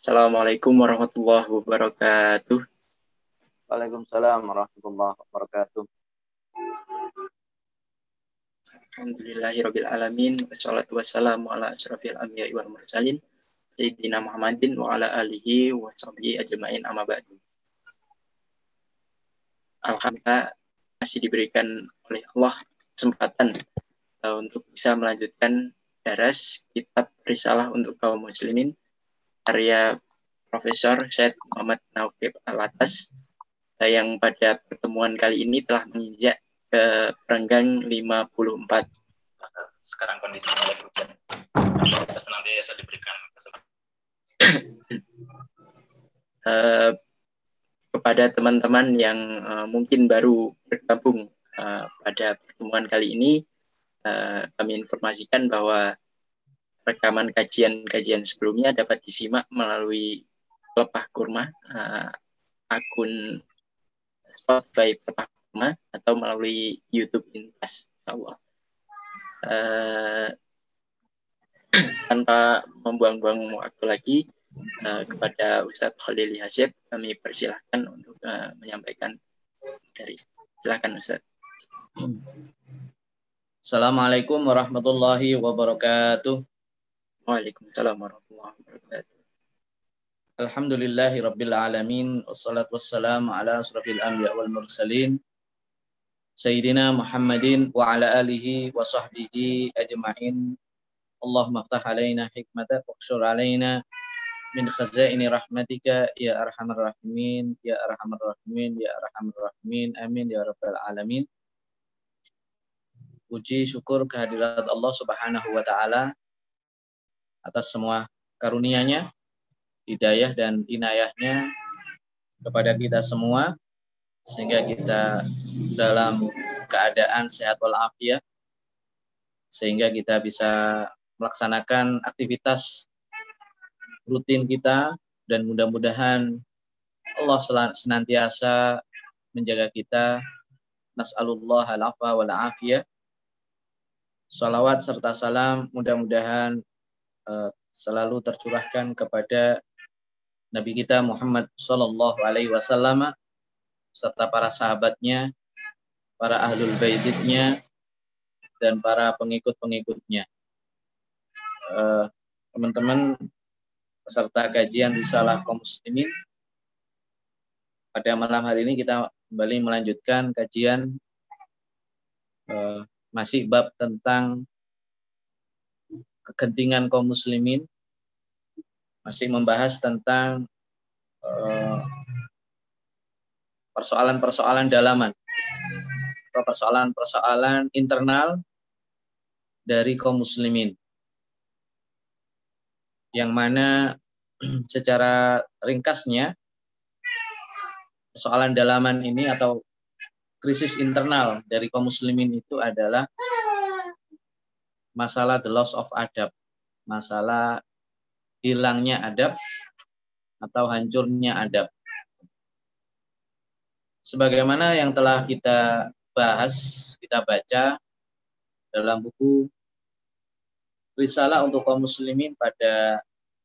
Assalamualaikum warahmatullahi wabarakatuh. Waalaikumsalam warahmatullahi wabarakatuh. Alhamdulillahirabbil alamin wassalatu wassalamu ala asyrofil anbiya'i wal mursalin sayyidina Muhammadin wa ala alihi wa sahbihi ajmain amma ba'du. Alhamdulillah masih diberikan oleh Allah kesempatan untuk bisa melanjutkan daras kitab Risalah untuk kaum muslimin karya Profesor Syed Muhammad Nauqib Al-Atas yang pada pertemuan kali ini telah menginjak ke perenggang 54. Sekarang kondisinya lagi hujan. Kita senantiasa diberikan kesempatan. Kepada teman-teman yang mungkin baru bergabung pada pertemuan kali ini, kami informasikan bahwa rekaman kajian-kajian sebelumnya dapat disimak melalui Pelepah Kurma, akun Spotify Pelepah Kurma, atau melalui YouTube Intas. Tanpa membuang-buang waktu lagi, kepada Ustadz Khalili Hasib kami persilahkan untuk menyampaikan materi. Silakan Ustadz. Assalamualaikum warahmatullahi wabarakatuh. Waalaikumsalam warahmatullahi wabarakatuh. Alhamdulillahi rabbil alamin. Wassalatu wassalamu ala asrafil anbiya wal mursalin Sayyidina Muhammadin wa ala alihi wa sahbihi ajma'in. Allahumma aftah alaina hikmata waqshur alaina min khazaini rahmatika ya arhamar rahimin ya arhamar rahimin ya arhamar rahimin amin ya rabbal alamin. Puji syukur kehadirat Allah Subhanahu wa taala atas semua karunia-Nya, hidayah dan inayahnya kepada kita semua sehingga kita dalam keadaan sehat walafiat, sehingga kita bisa melaksanakan aktivitas rutin kita, dan mudah-mudahan Allah senantiasa menjaga kita. Nas'alullah al-afwa wal afiyah. Salawat serta salam mudah-mudahan selalu tercurahkan kepada Nabi kita Muhammad sallallahu alaihi wasallam serta para sahabatnya, para ahlul baitnya, dan para pengikut-pengikutnya. Teman-teman peserta kajian Risalah kaum muslimin, pada malam hari ini kita kembali melanjutkan kajian masih bab tentang kegentingan kaum muslimin, masih membahas tentang persoalan-persoalan dalaman atau persoalan-persoalan internal dari kaum muslimin, yang mana secara ringkasnya persoalan dalaman ini atau krisis internal dari kaum muslimin itu adalah masalah the loss of adab, masalah hilangnya adab atau hancurnya adab. Sebagaimana yang telah kita bahas, kita baca dalam buku Risalah untuk kaum muslimin pada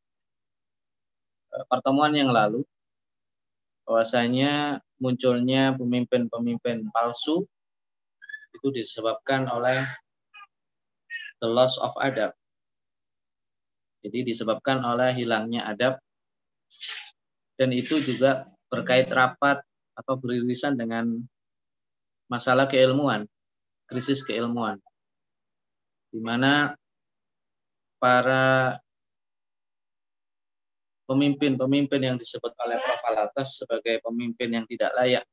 pertemuan yang lalu, bahwasanya munculnya pemimpin-pemimpin palsu itu disebabkan oleh the loss of adab. Jadi disebabkan oleh hilangnya adab, dan itu juga berkait rapat atau beririsan dengan masalah keilmuan, krisis keilmuan, di mana para pemimpin-pemimpin yang disebut oleh Prof. Al-Atas sebagai pemimpin yang tidak layak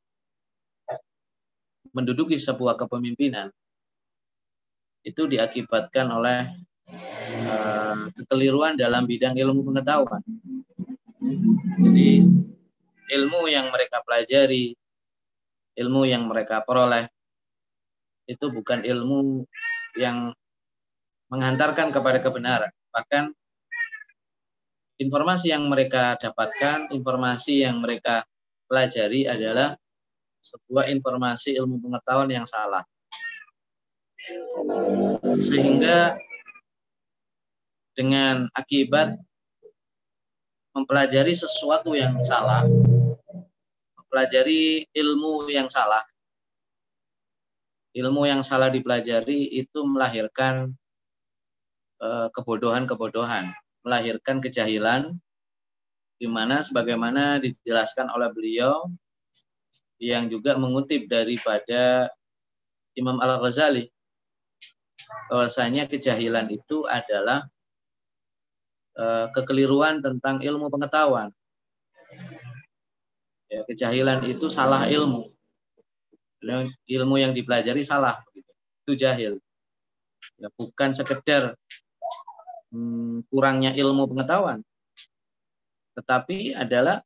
menduduki sebuah kepemimpinan, itu diakibatkan oleh kekeliruan dalam bidang ilmu pengetahuan. Jadi ilmu yang mereka pelajari, ilmu yang mereka peroleh, itu bukan ilmu yang menghantarkan kepada kebenaran. Bahkan informasi yang mereka dapatkan, informasi yang mereka pelajari adalah sebuah informasi ilmu pengetahuan yang salah. Sehingga dengan akibat mempelajari sesuatu yang salah, mempelajari ilmu yang salah. Ilmu yang salah dipelajari itu melahirkan kebodohan-kebodohan, melahirkan kejahilan, di mana sebagaimana dijelaskan oleh beliau yang juga mengutip daripada Imam Al-Ghazali, bahwasanya kejahilan itu adalah kekeliruan tentang ilmu pengetahuan. Ya, kejahilan itu salah ilmu. Ilmu yang dipelajari salah, itu jahil. Ya, bukan sekedar kurangnya ilmu pengetahuan, tetapi adalah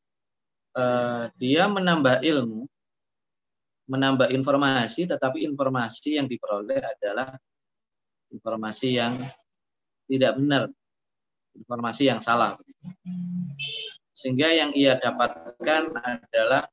dia menambah ilmu, menambah informasi, tetapi informasi yang diperoleh adalah informasi yang tidak benar, informasi yang salah. Sehingga yang ia dapatkan adalah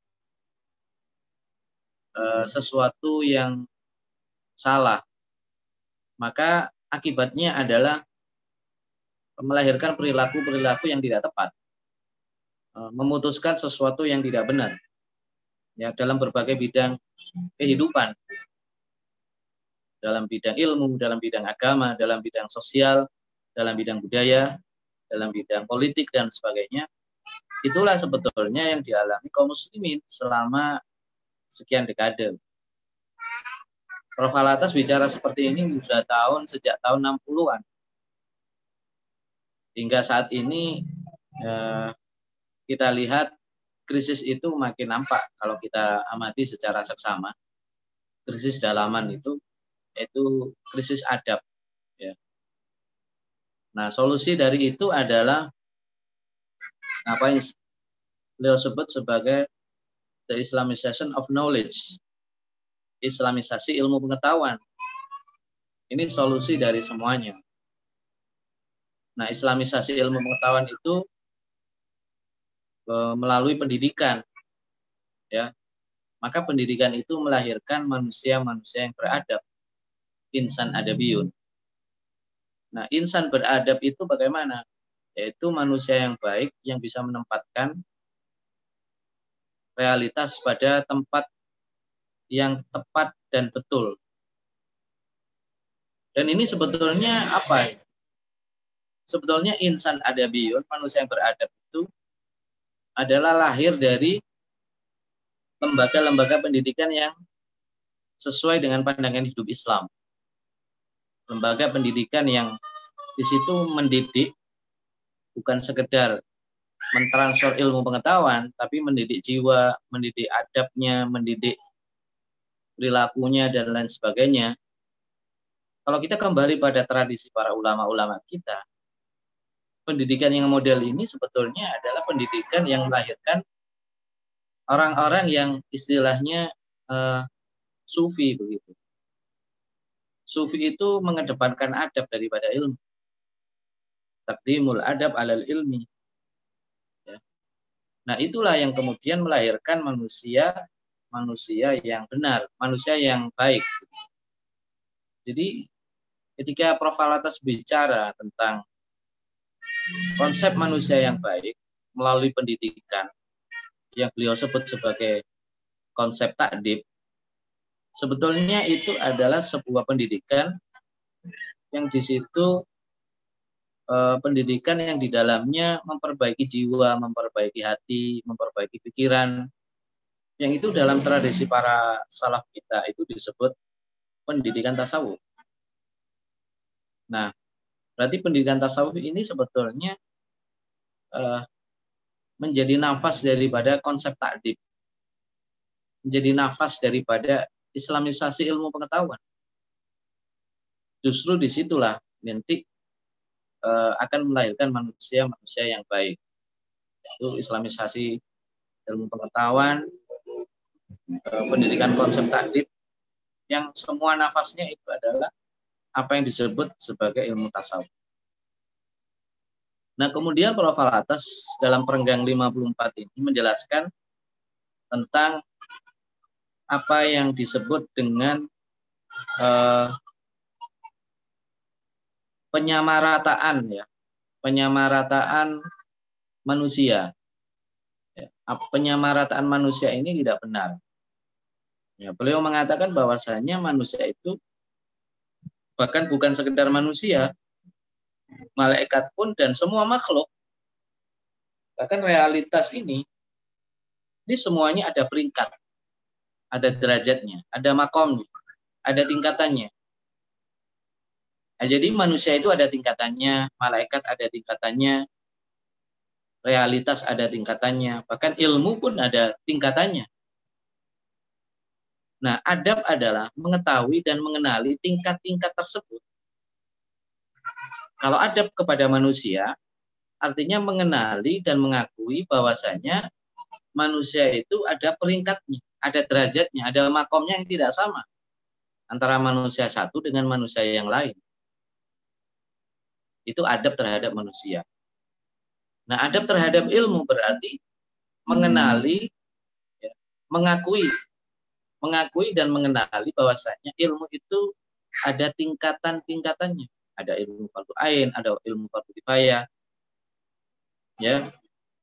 sesuatu yang salah. Maka akibatnya adalah melahirkan perilaku-perilaku yang tidak tepat, memutuskan sesuatu yang tidak benar, ya, dalam berbagai bidang kehidupan, dalam bidang ilmu, dalam bidang agama, dalam bidang sosial, dalam bidang budaya, dalam bidang politik dan sebagainya. Itulah sebetulnya yang dialami kaum muslimin selama sekian dekade. Prof. Alatas bicara seperti ini sudah sejak tahun 60-an. Hingga saat ini kita lihat krisis itu makin nampak kalau kita amati secara seksama. Krisis dalaman itu yaitu krisis adab. Ya. Nah, solusi dari itu adalah apa yang beliau sebut sebagai the Islamization of knowledge, Islamisasi ilmu pengetahuan. Ini solusi dari semuanya. Nah, Islamisasi ilmu pengetahuan itu melalui pendidikan, ya. Maka pendidikan itu melahirkan manusia-manusia yang beradab, insan adabiyun. Nah, insan beradab itu bagaimana? Yaitu manusia yang baik yang bisa menempatkan realitas pada tempat yang tepat dan betul. Dan ini sebetulnya apa? Sebetulnya insan adabiyun, manusia yang beradab itu adalah lahir dari lembaga-lembaga pendidikan yang sesuai dengan pandangan hidup Islam. Lembaga pendidikan yang di situ mendidik bukan sekedar mentransfer ilmu pengetahuan, tapi mendidik jiwa, mendidik adabnya, mendidik perilakunya, dan lain sebagainya. Kalau kita kembali pada tradisi para ulama-ulama kita, pendidikan yang model ini sebetulnya adalah pendidikan yang melahirkan orang-orang yang istilahnya sufi begitu. Sufi itu mengedepankan adab daripada ilmu. Taqdimul adab alal ilmi. Ya. Nah, itulah yang kemudian melahirkan manusia yang benar, manusia yang baik. Jadi ketika Prof. Alatas bicara tentang konsep manusia yang baik melalui pendidikan yang beliau sebut sebagai konsep takdib, sebetulnya itu adalah sebuah pendidikan yang di situ pendidikan yang di dalamnya memperbaiki jiwa, memperbaiki hati, memperbaiki pikiran, yang itu dalam tradisi para salaf kita itu disebut pendidikan tasawuf. Nah, berarti pendidikan tasawuf ini sebetulnya menjadi nafas daripada konsep takdib, menjadi nafas daripada Islamisasi ilmu pengetahuan. Justru disitulah nanti akan melahirkan manusia-manusia yang baik. Itu Islamisasi ilmu pengetahuan, pendidikan konsep takdib, yang semua nafasnya itu adalah apa yang disebut sebagai ilmu tasawuf. Nah, kemudian Prof. Alatas dalam Perenggang 54 ini menjelaskan tentang apa yang disebut dengan penyamarataan, ya, penyamarataan manusia. Ya, penyamarataan manusia ini tidak benar. Ya, beliau mengatakan bahwasanya manusia itu bahkan bukan sekedar manusia, malaikat pun dan semua makhluk, bahkan realitas ini semuanya ada peringkat, ada derajatnya, ada makomnya, ada tingkatannya. Nah, jadi manusia itu ada tingkatannya, malaikat ada tingkatannya, realitas ada tingkatannya, bahkan ilmu pun ada tingkatannya. Nah, adab adalah mengetahui dan mengenali tingkat-tingkat tersebut. Kalau adab kepada manusia, artinya mengenali dan mengakui bahwasanya manusia itu ada peringkatnya, ada derajatnya, ada makomnya yang tidak sama antara manusia satu dengan manusia yang lain. Itu adab terhadap manusia. Nah, adab terhadap ilmu berarti mengenali, ya, mengakui dan mengenali bahwasanya ilmu itu ada tingkatan-tingkatannya. Ada ilmu fardu ain, ada ilmu fardu kifayah. Ya.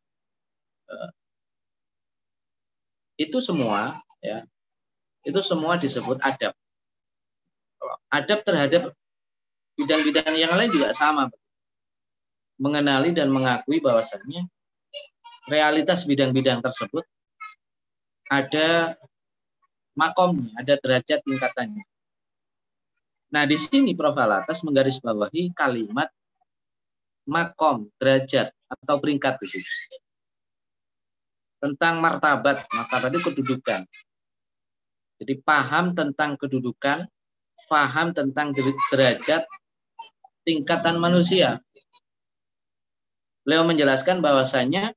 Itu semua, ya. Itu semua disebut adab. Adab terhadap bidang-bidang yang lain juga sama. Mengenali dan mengakui bahwasanya realitas bidang-bidang tersebut ada makomnya, ada derajat tingkatannya. Nah, di sini Prof. Alatas menggarisbawahi kalimat makom, derajat atau peringkat di sini. Tentang martabat itu kedudukan. Jadi paham tentang kedudukan, paham tentang derajat tingkatan manusia. Beliau menjelaskan bahwasanya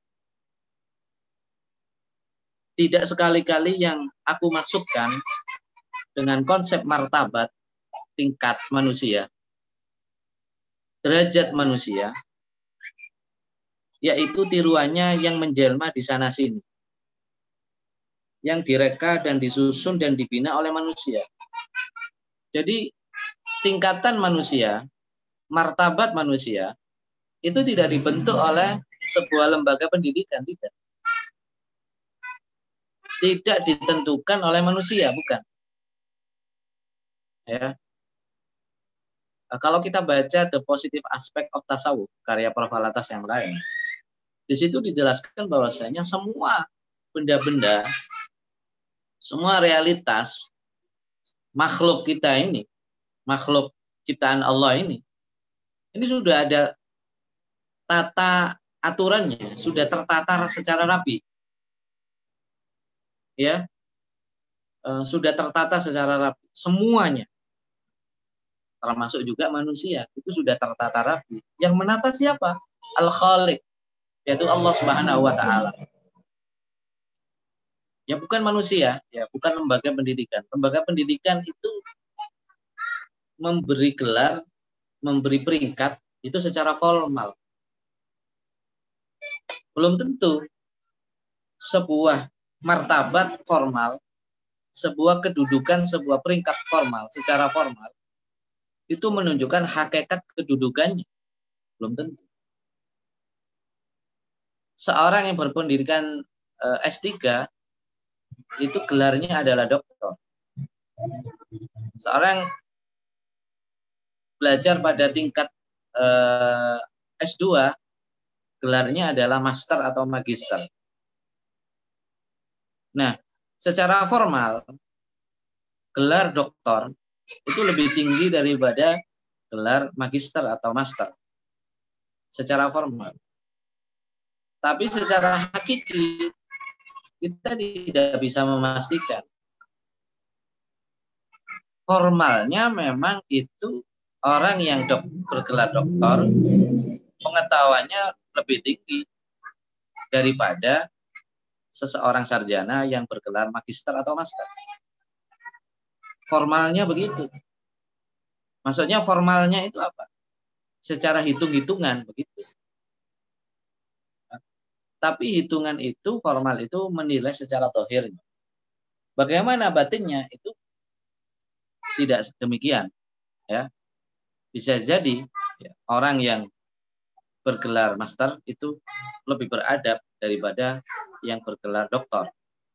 tidak sekali-kali yang aku maksudkan dengan konsep martabat tingkat manusia, derajat manusia, yaitu tiruannya yang menjelma di sana sini, yang direka dan disusun dan dibina oleh manusia. Jadi tingkatan manusia, martabat manusia itu tidak dibentuk oleh sebuah lembaga pendidikan, tidak. Tidak ditentukan oleh manusia, bukan. Ya. Kalau kita baca The Positive Aspect of Tasawuf, karya Prof. Alatas yang lain, di situ dijelaskan bahwasanya semua benda-benda, semua realitas makhluk kita ini, makhluk ciptaan Allah ini sudah ada tata aturannya, sudah tertata secara rapi. Ya. Sudah tertata secara rapi, semuanya. Termasuk juga manusia, itu sudah tertata rapi. Yang menata siapa? Al-Khaliq, yaitu Allah Subhanahu wa taala. Ya bukan manusia, ya bukan lembaga pendidikan. Lembaga pendidikan itu memberi gelar, memberi peringkat itu secara formal. Belum tentu sebuah martabat formal, sebuah kedudukan, sebuah peringkat formal, secara formal itu menunjukkan hakikat kedudukannya. Belum tentu. Seorang yang berpendidikan S3 itu gelarnya adalah doktor. Seorang belajar pada tingkat S2 gelarnya adalah master atau magister. Nah, secara formal gelar doktor itu lebih tinggi daripada gelar magister atau master. Secara formal. Tapi secara hakiki kita tidak bisa memastikan. Formalnya memang itu orang yang bergelar doktor pengetahuannya lebih tinggi daripada seseorang sarjana yang bergelar magister atau master. Formalnya begitu. Maksudnya formalnya itu apa? Secara hitung-hitungan begitu. Tapi hitungan itu, formal itu menilai secara zahirnya. Bagaimana batinnya itu tidak demikian. Ya. Bisa jadi ya, orang yang bergelar master itu lebih beradab daripada yang bergelar doktor.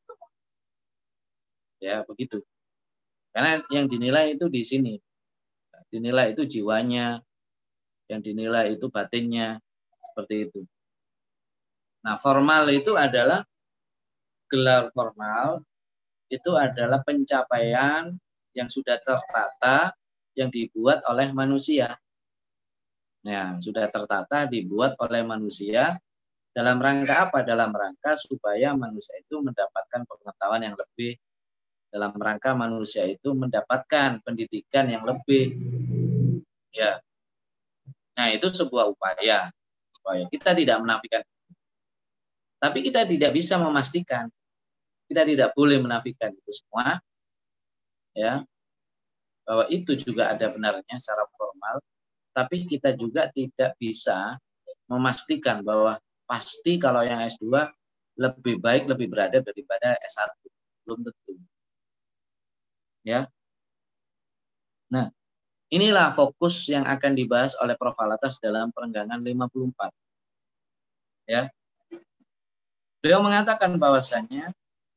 Ya, begitu. Karena yang dinilai itu di sini. Dinilai itu jiwanya, yang dinilai itu batinnya, seperti itu. Nah, formal itu adalah gelar formal, itu adalah pencapaian yang sudah tertata, yang dibuat oleh manusia. Nah, sudah tertata, dibuat oleh manusia, dalam rangka apa? Dalam rangka supaya manusia itu mendapatkan pengetahuan yang lebih, dalam rangka manusia itu mendapatkan pendidikan yang lebih. Ya. Nah, itu sebuah upaya supaya kita tidak menafikan. Tapi kita tidak bisa memastikan. Kita tidak boleh menafikan itu semua. Ya. Bahwa itu juga ada benarnya secara formal, tapi kita juga tidak bisa memastikan bahwa pasti kalau yang S2 lebih baik, lebih beradab daripada S1. Belum tentu. Ya. Nah, inilah fokus yang akan dibahas oleh Prof. Alatas dalam perenggangan 54. Ya. Beliau mengatakan bahwasannya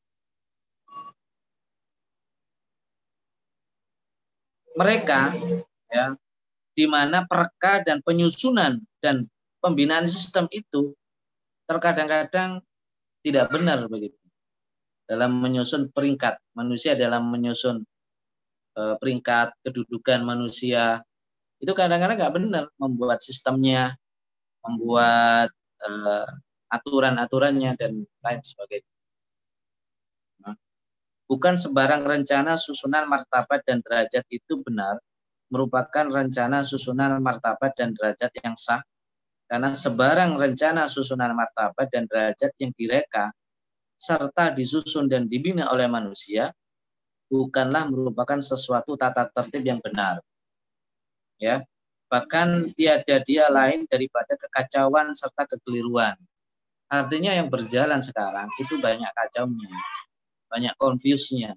mereka, ya, di mana perka dan penyusunan dan pembinaan sistem itu terkadang-kadang tidak benar begitu. Dalam menyusun peringkat manusia, dalam menyusun peringkat kedudukan manusia, itu kadang-kadang nggak benar membuat sistemnya, membuat aturan-aturannya dan lain sebagainya. Nah, bukan sebarang rencana susunan martabat dan derajat itu benar, merupakan rencana susunan martabat dan derajat yang sah, karena sebarang rencana susunan martabat dan derajat yang direka serta disusun dan dibina oleh manusia bukanlah merupakan sesuatu tata tertib yang benar. Ya, bahkan tiada dia lain daripada kekacauan serta kekeliruan. Artinya yang berjalan sekarang itu banyak kacaunya, banyak confuse-nya,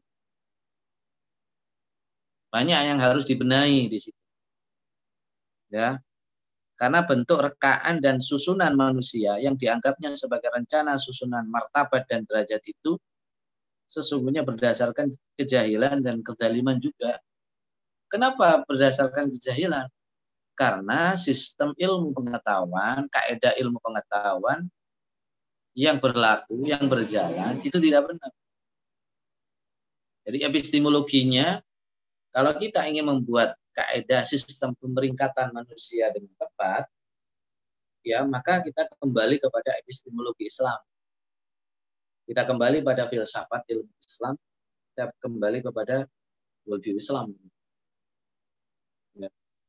banyak yang harus dibenahi di situ. Ya, karena bentuk rekaan dan susunan manusia yang dianggapnya sebagai rencana susunan martabat dan derajat itu sesungguhnya berdasarkan kejahilan dan kezaliman juga. Kenapa berdasarkan kejahilan? Karena sistem ilmu pengetahuan, kaidah ilmu pengetahuan yang berlaku, yang berjalan itu tidak benar. Jadi epistemologinya, kalau kita ingin membuat kaidah sistem pemeringkatan manusia dengan tepat, ya maka kita kembali kepada epistemologi Islam. Kita kembali pada filsafat ilmu Islam, kita kembali kepada worldview Islam. Ya.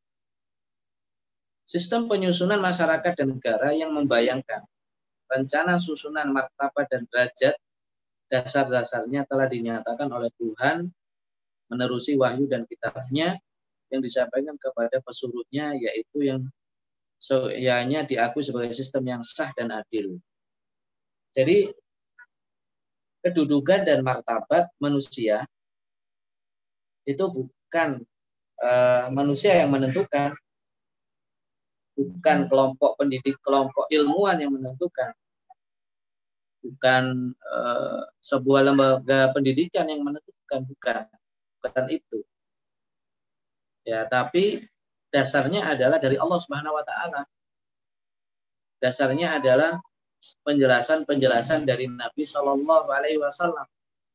Sistem penyusunan masyarakat dan negara yang membayangkan rencana susunan martabat dan derajat dasar-dasarnya telah dinyatakan oleh Tuhan menerusi wahyu dan kitabnya yang disampaikan kepada pesuruhnya, yaitu yang soalnya diakui sebagai sistem yang sah dan adil. Jadi kedudukan dan martabat manusia itu bukan manusia yang menentukan, bukan kelompok pendidik, kelompok ilmuwan yang menentukan, bukan sebuah lembaga pendidikan yang menentukan, bukan itu. Ya, tapi dasarnya adalah dari Allah Subhanahu wa taala. Dasarnya adalah penjelasan-penjelasan dari Nabi Shallallahu alaihi wasallam.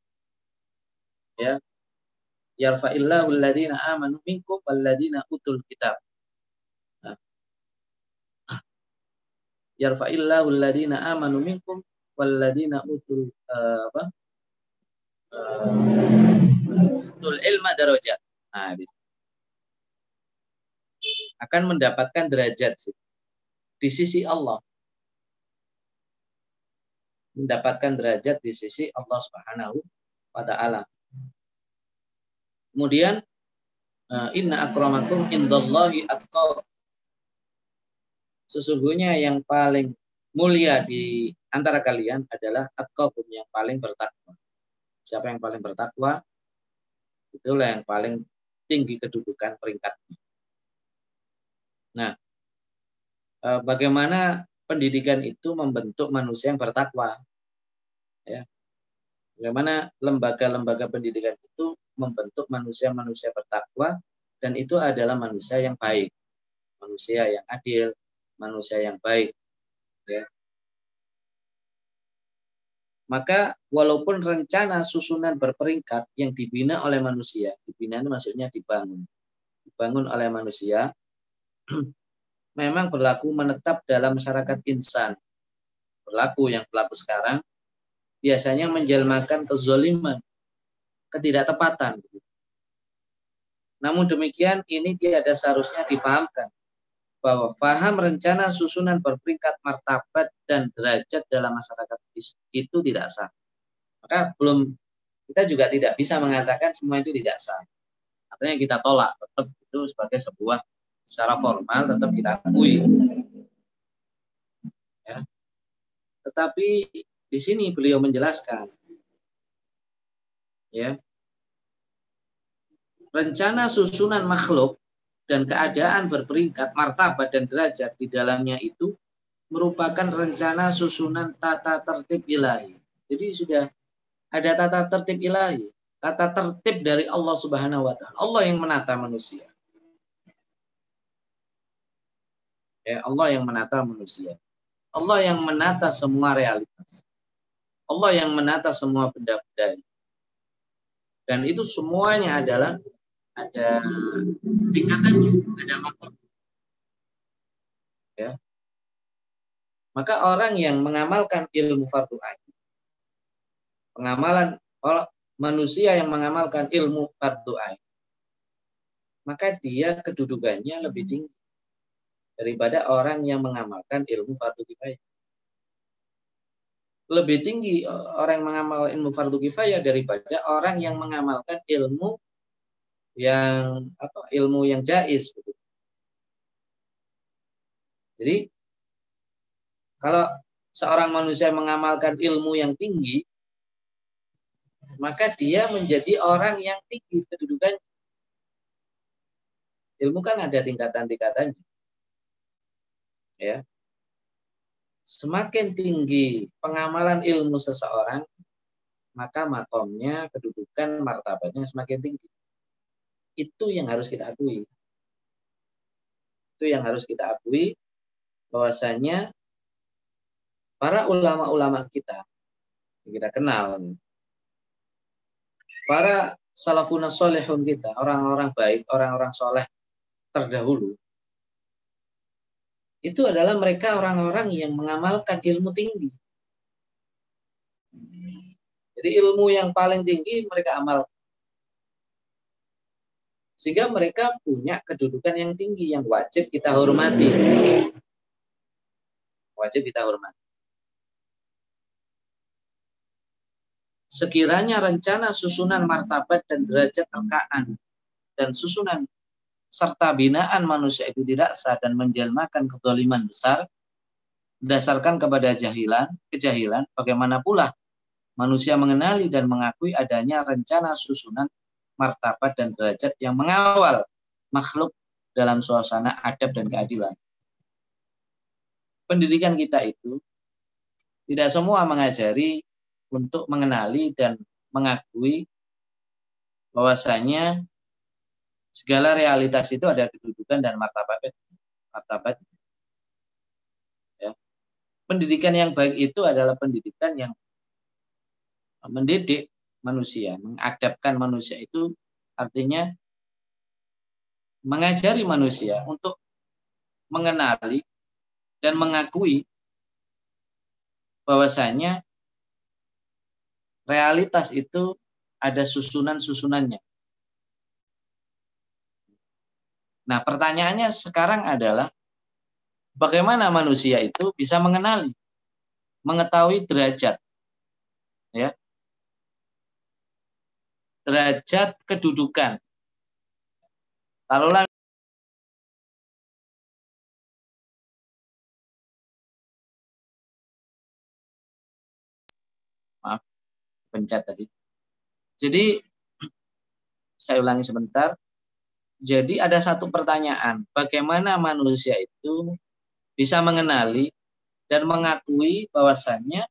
Ya. Yarfa'illahu alladziina aamanu minkum walladziina utul kitab. Nah. Yarfa'illahu alladziina aamanu minkum walladziina utul utul ilma darajat. Nah, akan mendapatkan derajat di sisi Allah. Mendapatkan derajat di sisi Allah Subhanahu wa taala. Kemudian inna akramakum indallahi atqakum. Sesungguhnya yang paling mulia di antara kalian adalah atqakum, yang paling bertakwa. Siapa yang paling bertakwa? Itulah yang paling tinggi kedudukan peringkatnya. Nah, bagaimana pendidikan itu membentuk manusia yang bertakwa. Ya. Bagaimana lembaga-lembaga pendidikan itu membentuk manusia-manusia bertakwa, dan itu adalah manusia yang baik, manusia yang adil, manusia yang baik. Ya. Maka walaupun rencana susunan berperingkat yang dibina oleh manusia, dibina itu maksudnya dibangun oleh manusia, memang berlaku menetap dalam masyarakat insan. Berlaku yang berlaku sekarang, biasanya menjelmakan kezaliman, ketidaktepatan. Namun demikian, ini tidak seharusnya dipahamkan bahwa faham rencana susunan berperingkat martabat dan derajat dalam masyarakat itu tidak sah. Maka kita juga tidak bisa mengatakan semua itu tidak sah. Artinya kita tolak, tetap itu sebagai sebuah secara formal tetap kita akui. Ya. Tetapi di sini beliau menjelaskan, ya, rencana susunan makhluk dan keadaan berperingkat martabat dan derajat di dalamnya itu merupakan rencana susunan tata tertib ilahi. Jadi sudah ada tata tertib ilahi, tata tertib dari Allah Subhanahu wa taala. Allah yang menata manusia. Ya, Allah yang menata manusia. Allah yang menata semua realitas. Allah yang menata semua benda-benda. Dan itu semuanya adalah ada tingkatannya, ada makna. Ya. Maka orang yang mengamalkan ilmu fardhu ain, manusia yang mengamalkan ilmu fardhu ain, maka dia kedudukannya lebih tinggi daripada orang yang mengamalkan ilmu fardhu kifayah. Lebih tinggi orang yang mengamalkan ilmu fardhu kifayah daripada orang yang mengamalkan ilmu yang jaiz. Jadi kalau seorang manusia mengamalkan ilmu yang tinggi, maka dia menjadi orang yang tinggi kedudukannya. Ilmu kan ada tingkatan-tingkatannya. Ya. Semakin tinggi pengamalan ilmu seseorang, maka makomnya, kedudukan, martabatnya semakin tinggi. Itu yang harus kita akui. Itu yang harus kita akui, bahwasanya para ulama-ulama kita, yang kita kenal, para salafun sholihun kita, orang-orang baik, orang-orang soleh terdahulu, itu adalah mereka orang-orang yang mengamalkan ilmu tinggi. Jadi ilmu yang paling tinggi mereka amalkan. Sehingga mereka punya kedudukan yang tinggi yang wajib kita hormati. Wajib kita hormati. Sekiranya rencana susunan martabat dan derajat rekaan dan susunan serta binaan manusia itu tidak sah dan menjelmakan kezaliman besar berdasarkan kepada kejahilan, bagaimana pula manusia mengenali dan mengakui adanya rencana susunan martabat dan derajat yang mengawal makhluk dalam suasana adab dan keadilan. Pendidikan kita itu tidak semua mengajari untuk mengenali dan mengakui bahwasanya segala realitas itu ada kedudukan dan martabat. Ya. Pendidikan yang baik itu adalah pendidikan yang mendidik manusia, mengadabkan manusia, itu artinya mengajari manusia untuk mengenali dan mengakui bahwasanya realitas itu ada susunan-susunannya. Nah, pertanyaannya sekarang adalah bagaimana manusia itu bisa mengenali, mengetahui derajat, ya, derajat kedudukan. Taruhlah maaf, pencet tadi. Jadi saya ulangi sebentar. Jadi ada satu pertanyaan, bagaimana manusia itu bisa mengenali dan mengakui bahwasannya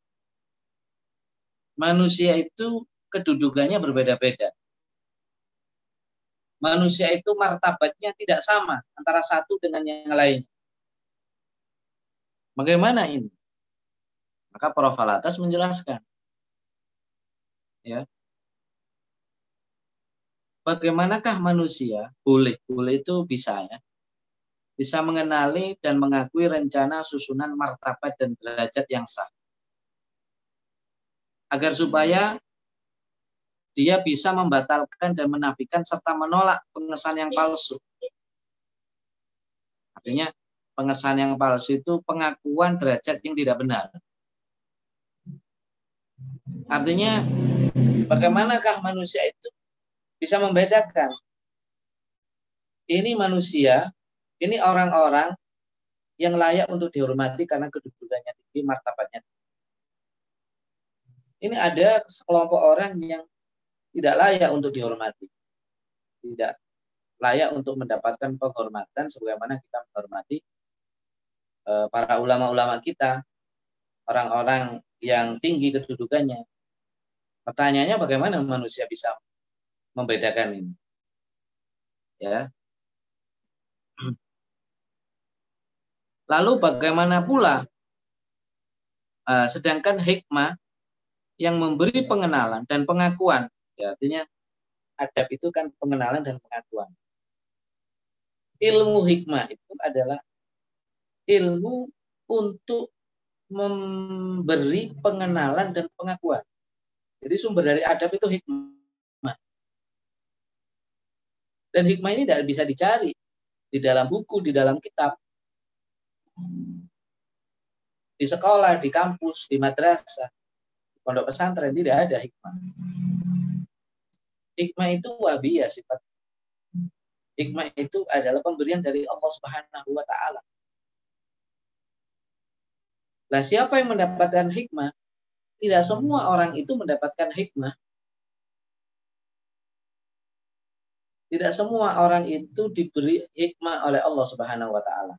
manusia itu kedudukannya berbeda-beda. Manusia itu martabatnya tidak sama antara satu dengan yang lain. Bagaimana ini? Maka Prof. Al-Atas menjelaskan, ya, bagaimanakah manusia boleh itu bisa, ya, bisa mengenali dan mengakui rencana susunan martabat dan derajat yang sah, agar supaya dia bisa membatalkan dan menafikan serta menolak pengesahan yang palsu. Artinya pengesahan yang palsu itu pengakuan derajat yang tidak benar. Artinya bagaimanakah manusia itu bisa membedakan ini manusia, ini orang-orang yang layak untuk dihormati karena kedudukannya tinggi, martabatnya tinggi. Ini ada sekelompok orang yang tidak layak untuk dihormati, tidak layak untuk mendapatkan penghormatan sebagaimana kita menghormati para ulama-ulama kita, orang-orang yang tinggi kedudukannya. Pertanyaannya bagaimana manusia bisa membedakan ini? Ya. Lalu bagaimana pula sedangkan hikmah yang memberi pengenalan dan pengakuan, ya, artinya adab itu kan pengenalan dan pengakuan. Ilmu hikmah itu adalah ilmu untuk memberi pengenalan dan pengakuan. Jadi sumber dari adab itu hikmah. Dan hikmah ini tidak bisa dicari di dalam buku, di dalam kitab. Di sekolah, di kampus, di madrasah, di pondok pesantren tidak ada hikmah. Hikmah itu wahbiyah sifat. Hikmah itu adalah pemberian dari Allah Subhanahu wa taala. Nah, siapa yang mendapatkan hikmah? Tidak semua orang itu mendapatkan hikmah. Tidak semua orang itu diberi hikmah oleh Allah Subhanahu wa taala.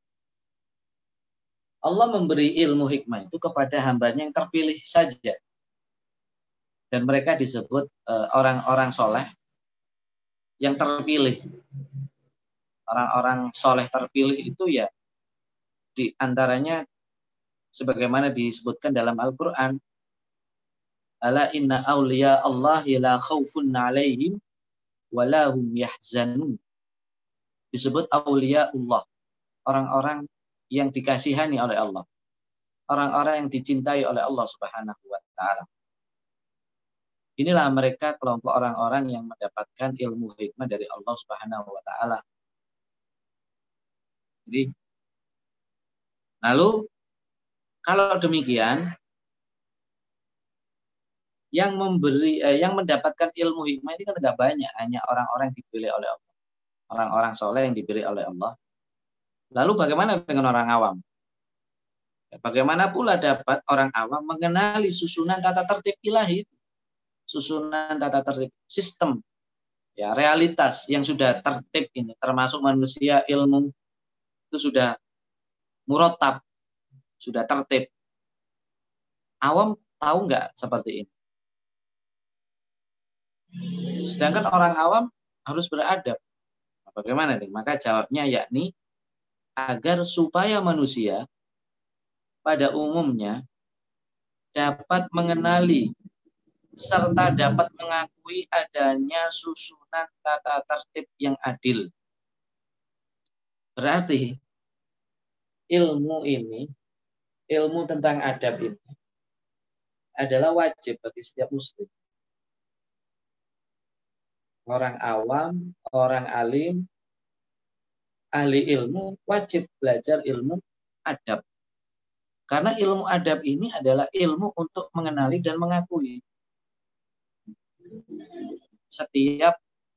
Allah memberi ilmu hikmah itu kepada hambanya yang terpilih saja. Dan mereka disebut orang-orang soleh yang terpilih. Orang-orang soleh terpilih itu ya di antaranya sebagaimana disebutkan dalam Al-Quran, ala inna awliya Allahi la khawfun alaihim wa la hum yahzanun. Disebut awliya Allah, orang-orang yang dikasihani oleh Allah, orang-orang yang dicintai oleh Allah Subhanahu wa taala. Inilah mereka kelompok orang-orang yang mendapatkan ilmu hikmah dari Allah Subhanahu wa taala. Jadi lalu kalau demikian, yang mendapatkan ilmu hikmah ini kan tidak banyak, hanya orang-orang yang dipilih oleh Allah, orang-orang soleh yang dipilih oleh Allah. Lalu bagaimana dengan orang awam? Bagaimana pula dapat orang awam mengenali susunan tata tertib ilahi, susunan tata tertib sistem, ya, realitas yang sudah tertib ini, termasuk manusia, ilmu itu sudah murattab, sudah tertib. Awam tahu nggak seperti ini? Sedangkan orang awam harus beradab. Bagaimana nih? Maka jawabnya yakni agar supaya manusia pada umumnya dapat mengenali serta dapat mengakui adanya susunan tata tertib yang adil. Berarti ilmu ini, ilmu tentang adab ini adalah wajib bagi setiap muslim. Orang awam, orang alim, ahli ilmu wajib belajar ilmu adab. Karena ilmu adab ini adalah ilmu untuk mengenali dan mengakui setiap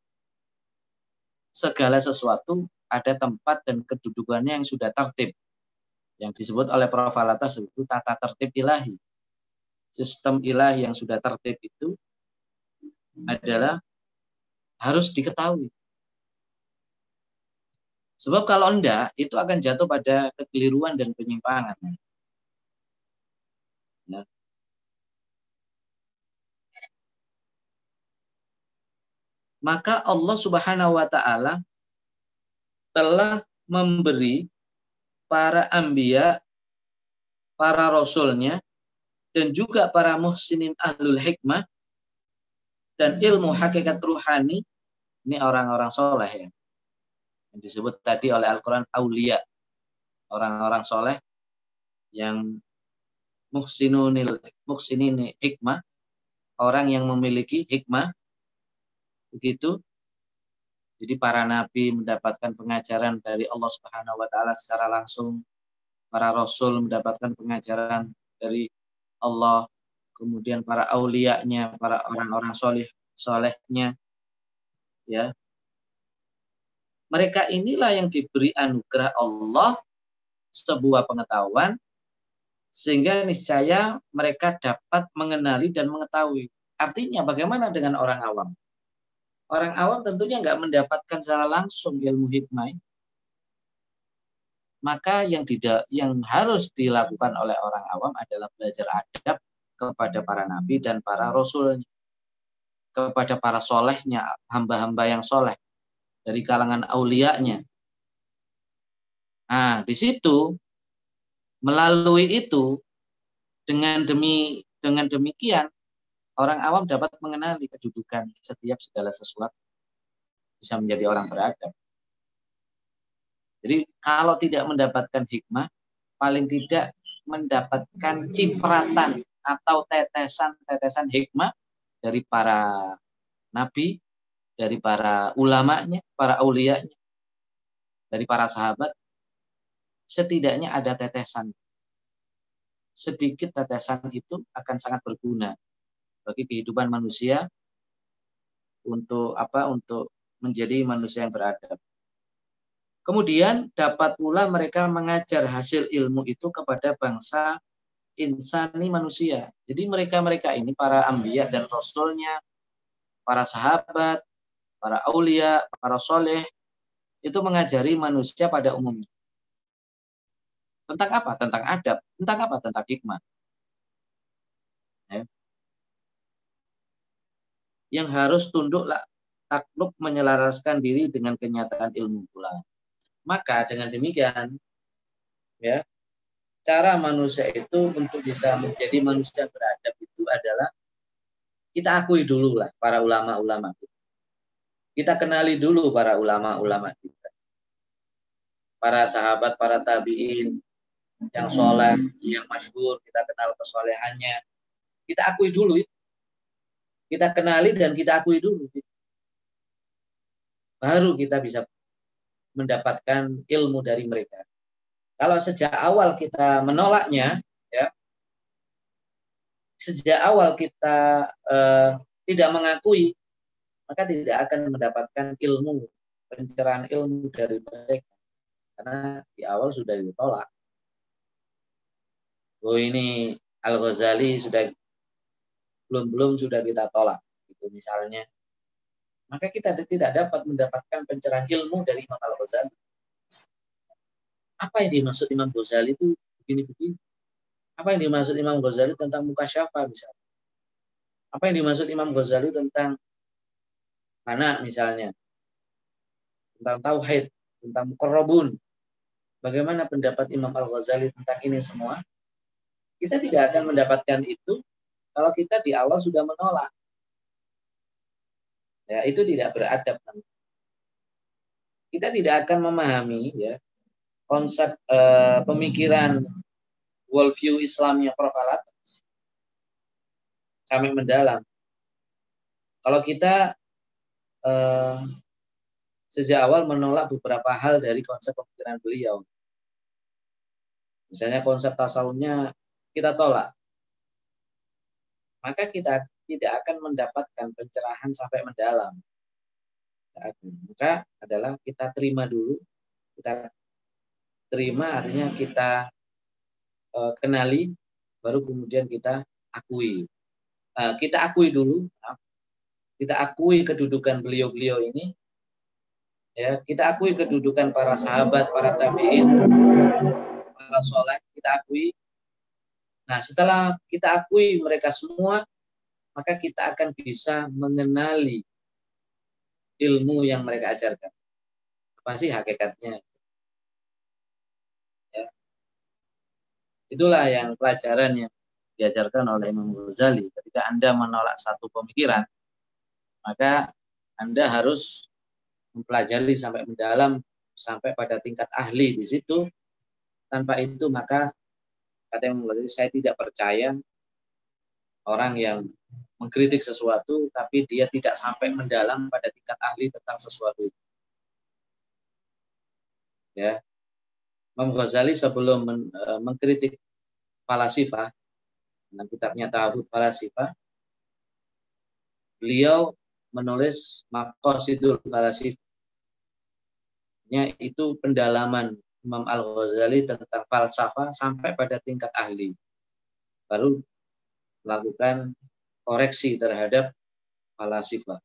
segala sesuatu ada tempat dan kedudukannya yang sudah tertib. Yang disebut oleh Prof. Al-Atas itu tata tertib ilahi. Sistem ilahi yang sudah tertib itu adalah harus diketahui. Sebab kalau enggak, itu akan jatuh pada kekeliruan dan penyimpangan. maka Allah Subhanahu wa taala telah memberi para anbiya, para rasulnya, dan juga para muhsinin ahlul hikmah dan ilmu hakikat ruhani, ini orang-orang soleh ya, yang disebut tadi oleh Al-Quran aulia, orang-orang soleh yang muhsinin hikmah, orang yang memiliki hikmah, begitu. Jadi para nabi mendapatkan pengajaran dari Allah Subhanahu wa taala secara langsung, para rasul mendapatkan pengajaran dari Allah, kemudian para aulianya, para orang-orang solehnya, ya. Mereka inilah yang diberi anugerah Allah sebuah pengetahuan, sehingga niscaya mereka dapat mengenali dan mengetahui. Artinya bagaimana dengan orang awam? Orang awam tentunya nggak mendapatkan secara langsung ilmu hikmah. Maka yang harus dilakukan oleh orang awam adalah belajar adab kepada para nabi dan para rasulnya, kepada para solehnya, hamba-hamba yang soleh dari kalangan aulianya. Nah, di situ melalui itu dengan demikian orang awam dapat mengenali kedudukan setiap segala sesuatu, bisa menjadi orang beradab. Jadi kalau tidak mendapatkan hikmah, paling tidak mendapatkan cipratan atau tetesan-tetesan hikmah dari para nabi, dari para ulamanya, para auliyanya, dari para sahabat. Setidaknya ada tetesan. Sedikit tetesan itu akan sangat berguna bagi kehidupan manusia untuk menjadi manusia yang beradab. Kemudian dapat pula mereka mengajar hasil ilmu itu kepada bangsa insani manusia. Jadi mereka ini para anbiya dan rasulnya, para sahabat, para aulia, para soleh, itu mengajari manusia pada umumnya. Tentang apa? Tentang adab. Tentang apa? Tentang hikmah. Ya. Yang harus tunduk takluk menyelaraskan diri dengan kenyataan ilmu pula. Maka dengan demikian, ya, cara manusia itu untuk bisa menjadi manusia beradab itu adalah kita akui dulu lah para ulama-ulama kita. Kita kenali dulu para ulama-ulama kita. Para sahabat, para tabi'in yang soleh, yang masyhur, kita kenal kesolehannya. Kita akui dulu itu. Kita kenali dan kita akui dulu. Baru kita bisa mendapatkan ilmu dari mereka. Kalau sejak awal kita menolaknya, ya, sejak awal kita tidak mengakui, maka tidak akan mendapatkan ilmu, pencerahan ilmu dari mereka. Karena di awal sudah ditolak. Oh ini Al-Ghazali sudah belum sudah kita tolak, gitu misalnya. Maka kita tidak dapat mendapatkan pencerahan ilmu dari Imam Al-Ghazali. Apa yang dimaksud Imam Ghazali itu begini-begini? Apa yang dimaksud Imam Ghazali tentang mukasyafah misalnya? Apa yang dimaksud Imam Ghazali tentang mana misalnya? Tentang tauhid, tentang muqarrabun. Bagaimana pendapat Imam Al-Ghazali tentang ini semua? Kita tidak akan mendapatkan itu kalau kita di awal sudah menolak. Ya, itu tidak beradab. Kita tidak akan memahami, ya, konsep pemikiran worldview Islamnya Prof. Al-Atas sampai mendalam. Kalau kita sejak awal menolak beberapa hal dari konsep pemikiran beliau. Misalnya konsep tasawufnya kita tolak. Maka kita tidak akan mendapatkan pencerahan sampai mendalam. Maka adalah kita terima dulu. Kita terima artinya kita kenali, baru kemudian kita akui. Kita akui dulu. Kita akui kedudukan beliau-beliau ini. Ya, kita akui kedudukan para sahabat, para tabi'in, para soleh, kita akui. Nah, setelah kita akui mereka semua, maka kita akan bisa mengenali ilmu yang mereka ajarkan. Apa sih hakikatnya? Ya. Itulah yang pelajaran yang diajarkan oleh Imam Ghazali. Ketika Anda menolak satu pemikiran, maka Anda harus mempelajari sampai mendalam, sampai pada tingkat ahli di situ. Tanpa itu maka kata Imam Ghazali, saya tidak percaya orang yang mengkritik sesuatu tapi dia tidak sampai mendalam pada tingkat ahli tentang sesuatu itu. Ya, Imam Ghazali sebelum mengkritik falasifah dalam kitabnya Ta'awud Falasifah, beliau menulis Maqasidul Falasifah, itu pendalaman Imam Al-Ghazali tentang falsafah sampai pada tingkat ahli, baru melakukan koreksi terhadap falasifah.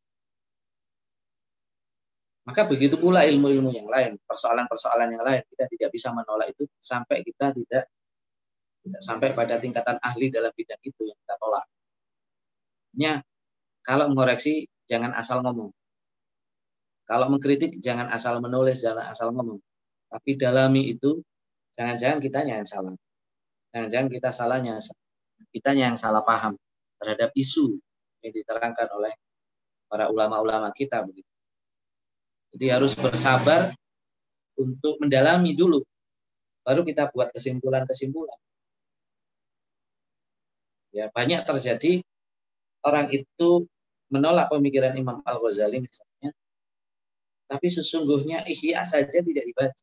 Maka begitu pula ilmu-ilmu yang lain, persoalan-persoalan yang lain, kita tidak bisa menolak itu sampai kita tidak sampai pada tingkatan ahli dalam bidang itu yang kita tolak. Kalau mengoreksi jangan asal ngomong. Kalau mengkritik jangan asal menulis, jangan asal ngomong. Tapi dalami itu, jangan-jangan kitanya yang salah. Jangan-jangan kitanya yang salah paham terhadap isu yang diterangkan oleh para ulama-ulama kita begitu. Jadi harus bersabar untuk mendalami dulu, baru kita buat kesimpulan-kesimpulan. Ya, banyak terjadi orang itu menolak pemikiran Imam Al-Ghazali misalnya, tapi sesungguhnya Ihya saja tidak dibaca.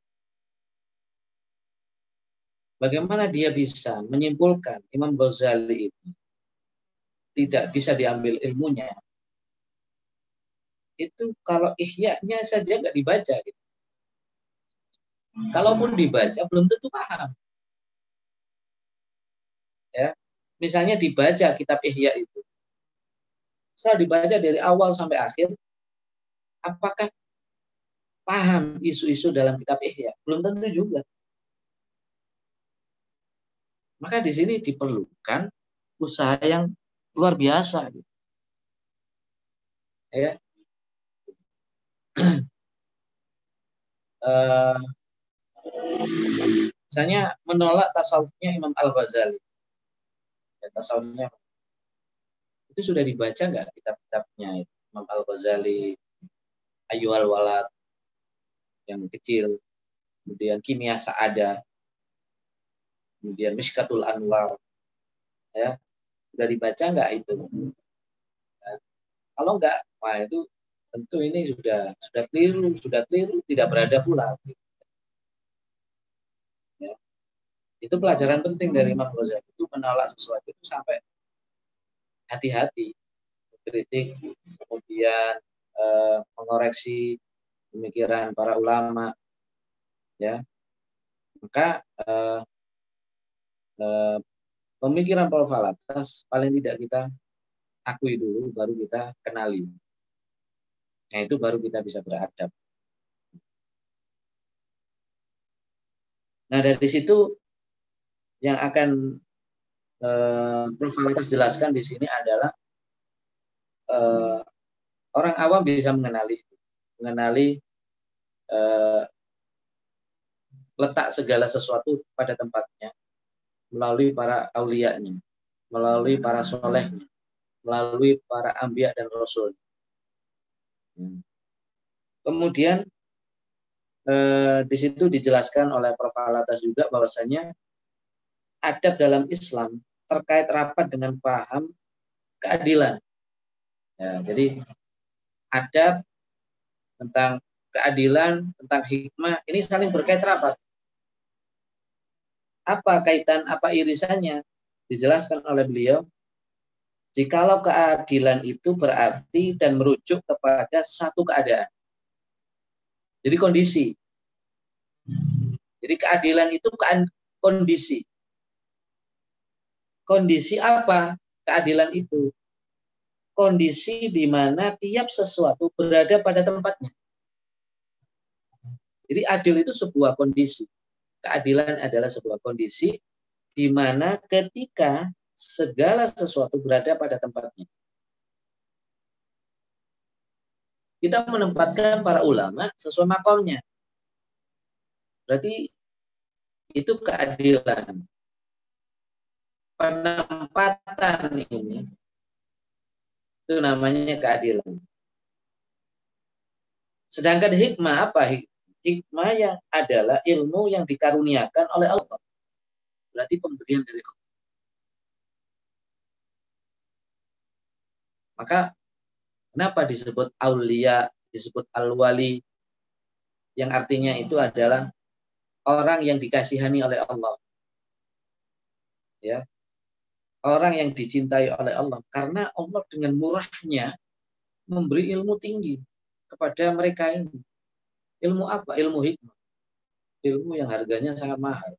Bagaimana dia bisa menyimpulkan Imam Ghazali itu tidak bisa diambil ilmunya? Itu kalau Ihya-nya saja nggak dibaca. Gitu. Kalaupun dibaca, belum tentu paham. Ya, misalnya dibaca kitab Ihya itu, setelah dibaca dari awal sampai akhir, apakah paham isu-isu dalam kitab Ihya? Belum tentu juga. Maka di sini diperlukan usaha yang luar biasa. Gitu. Ya. Misalnya menolak tasawufnya Imam Al-Ghazali. Ya, tasawufnya itu sudah dibaca nggak kitab-kitabnya Imam Al-Ghazali, Ayyuhal Walad yang kecil, kemudian Kimia Sa'adah, kemudian Mishkatul Anwar, ya sudah dibaca nggak itu? Ya, kalau nggak, wah itu tentu ini sudah keliru, tidak berada pula. Ya. Itu pelajaran penting dari Imam Ghazali, itu menolak sesuatu itu sampai hati-hati, kritik, kemudian mengoreksi pemikiran para ulama, ya. Maka pemikiran para falafas paling tidak kita akui dulu, baru kita kenali. Nah itu baru kita bisa beradab. Nah dari situ yang akan Prof. Falafas jelaskan di sini adalah orang awam bisa mengenali letak segala sesuatu pada tempatnya melalui para auliyanya, melalui para solehnya, melalui para anbiya dan rasul. Kemudian di situ dijelaskan oleh Prof. Falafas juga bahwasanya adab dalam Islam terkait rapat dengan paham keadilan. Ya, jadi adab tentang keadilan, tentang hikmah, ini saling berkait rapat. Apa kaitan, apa irisannya? Dijelaskan oleh beliau, jikalau keadilan itu berarti dan merujuk kepada satu keadaan. Jadi kondisi. Jadi keadilan itu kondisi. Kondisi apa keadilan itu? Kondisi di mana tiap sesuatu berada pada tempatnya. Jadi adil itu sebuah kondisi. Keadilan adalah sebuah kondisi di mana ketika segala sesuatu berada pada tempatnya. kita menempatkan para ulama sesuai makomnya. Berarti itu keadilan. Penempatan ini itu namanya keadilan. Sedangkan hikmah apa? Hikmah yang adalah ilmu yang dikaruniakan oleh Allah. Berarti pemberian dari Allah. Maka kenapa disebut aulia, disebut al-wali, yang artinya itu adalah orang yang dikasihani oleh Allah. Ya. Orang yang dicintai oleh Allah. Karena Allah dengan murahnya memberi ilmu tinggi kepada mereka ini. Ilmu apa? Ilmu hikmah. Ilmu yang harganya sangat mahal.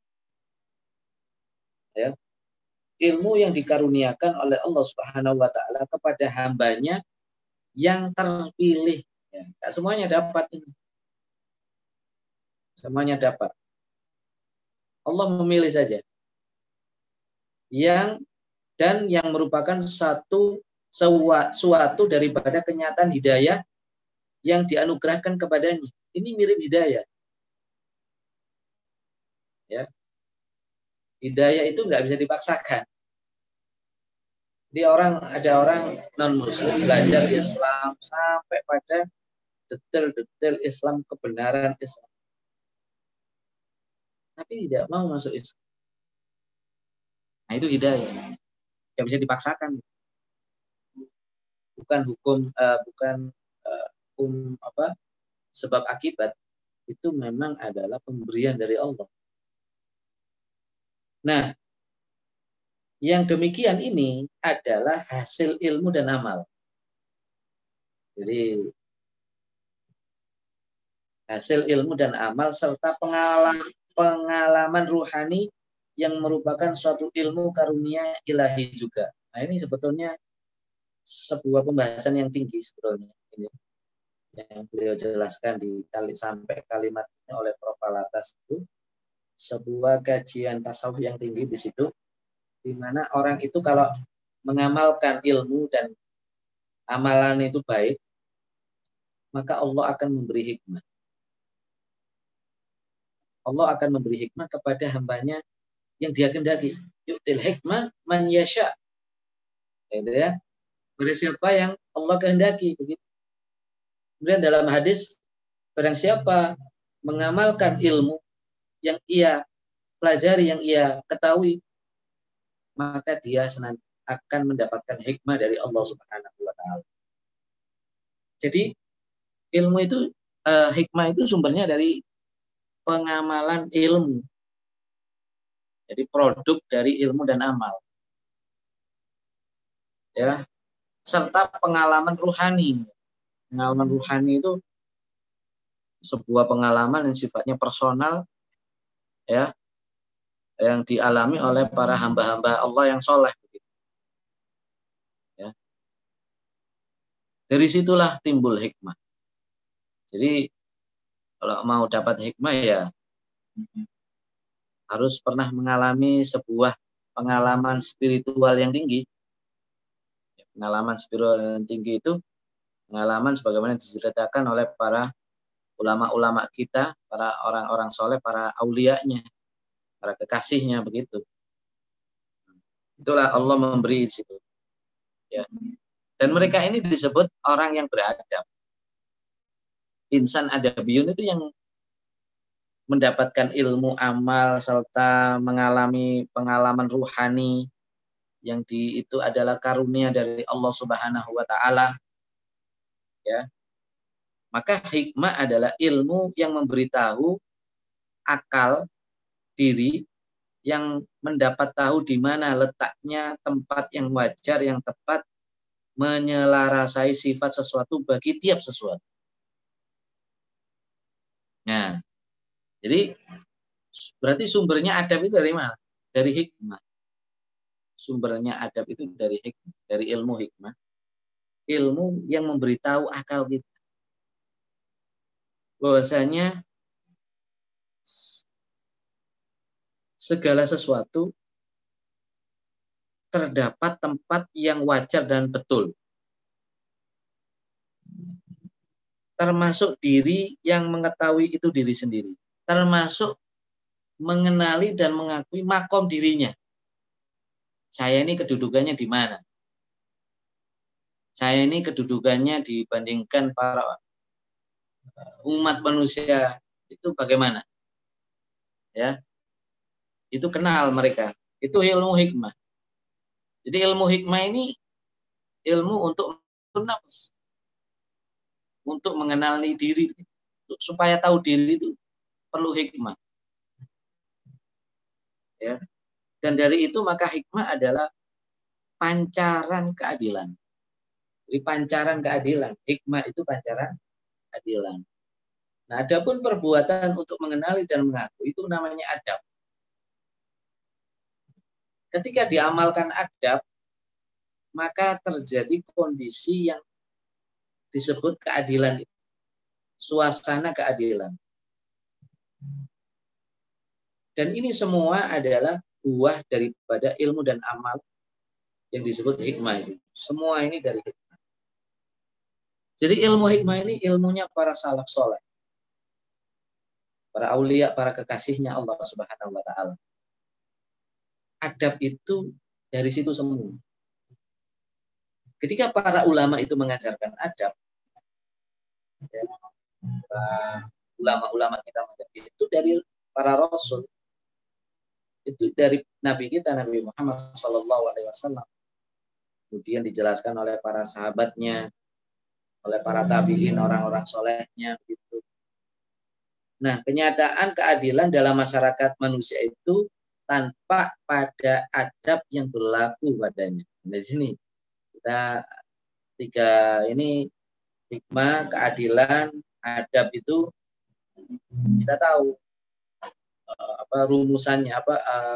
Ya. Ilmu yang dikaruniakan oleh Allah Subhanahu wa taala kepada hambanya yang terpilih. Ya. Tidak semuanya dapat ini. Semuanya dapat. Allah memilih saja. Yang merupakan suatu daripada kenyataan hidayah yang dianugerahkan kepadanya. Ini mirip hidayah. Ya. Hidayah itu nggak bisa dipaksakan. Jadi ada orang non-muslim belajar Islam sampai pada detail-detail Islam, kebenaran Islam. Tapi tidak mau masuk Islam. Nah, itu hidayah. Nggak bisa dipaksakan. Bukan hukum sebab akibat, itu memang adalah pemberian dari Allah. Nah, yang demikian ini adalah hasil ilmu dan amal. Jadi hasil ilmu dan amal serta pengalaman ruhani yang merupakan suatu ilmu karunia ilahi juga. Nah, ini sebetulnya sebuah pembahasan yang tinggi sebetulnya ini yang beliau jelaskan sampai kalimatnya oleh Prof. Alatas itu sebuah kajian tasawuf yang tinggi di situ, di mana orang itu kalau mengamalkan ilmu dan amalan itu baik, maka Allah akan memberi hikmah. Allah akan memberi hikmah kepada hambanya yang dia kehendaki. Yu'til hikmah man yasha. Gitu ya. Pada siapa yang Allah kehendaki, begitu. Kemudian dalam hadis, barang siapa mengamalkan ilmu yang ia pelajari, yang ia ketahui, maka dia akan mendapatkan hikmah dari Allah Subhanahu wa taala. Jadi ilmu itu hikmah itu sumbernya dari pengamalan ilmu. Jadi produk dari ilmu dan amal. Ya, serta pengalaman ruhani. Pengalaman ruhani itu sebuah pengalaman yang sifatnya personal, ya, yang dialami oleh para hamba-hamba Allah yang soleh. Ya. Dari situlah timbul hikmah. Jadi kalau mau dapat hikmah ya harus pernah mengalami sebuah pengalaman spiritual yang tinggi. Pengalaman spiritual yang tinggi itu pengalaman sebagaimana diceritakan oleh para ulama-ulama kita, para orang-orang soleh, para aulianya, para kekasihnya, begitu. Itulah Allah memberi di situ. Ya. Dan mereka ini disebut orang yang beradab. Insan adabiyun itu yang mendapatkan ilmu amal serta mengalami pengalaman ruhani yang itu adalah karunia dari Allah Subhanahu wa taala. Ya. Maka hikmah adalah ilmu yang memberitahu akal diri yang mendapat tahu di mana letaknya tempat yang wajar, yang tepat menyelarasai sifat sesuatu bagi tiap sesuatu. Nah, jadi berarti sumbernya adab itu dari mana? Dari hikmah. Sumbernya adab itu dari hikmah, dari ilmu hikmah. Ilmu yang memberitahu akal kita bahwasanya segala sesuatu terdapat tempat yang wajar dan betul. termasuk diri yang mengetahui itu diri sendiri, termasuk mengenali dan mengakui makom dirinya. Saya ini kedudukannya di mana? Saya ini kedudukannya dibandingkan para umat manusia itu bagaimana? Ya, itu kenal mereka. Itu ilmu hikmah. Jadi ilmu hikmah ini ilmu untuk nafs, untuk mengenali diri, supaya tahu diri itu perlu hikmah. Ya. Dan dari itu maka hikmah adalah pancaran keadilan. Jadi pancaran keadilan, hikmah itu pancaran keadilan. Nah, adapun perbuatan untuk mengenali dan mengaku itu namanya adab. Ketika diamalkan adab, maka terjadi kondisi yang disebut keadilan, suasana keadilan. Dan ini semua adalah buah daripada ilmu dan amal yang disebut hikmah itu. Semua ini dari hikmah. Jadi ilmu hikmah ini ilmunya para salaf soleh, para aulia, para kekasihnya Allah Subhanahu wa Ta'ala. Adab itu dari situ semua. Ketika para ulama itu mengajarkan adab, ya, ulama-ulama kita mengajarkan itu dari para rasul, itu dari Nabi kita, Nabi Muhammad SAW. Kemudian dijelaskan oleh para sahabatnya, oleh para tabi'in, orang-orang solehnya. Gitu. Nah, kenyataan keadilan dalam masyarakat manusia itu tanpa pada adab yang berlaku padanya. Di sini kita tiga ini hikmah, keadilan, adab itu kita tahu apa rumusannya, apa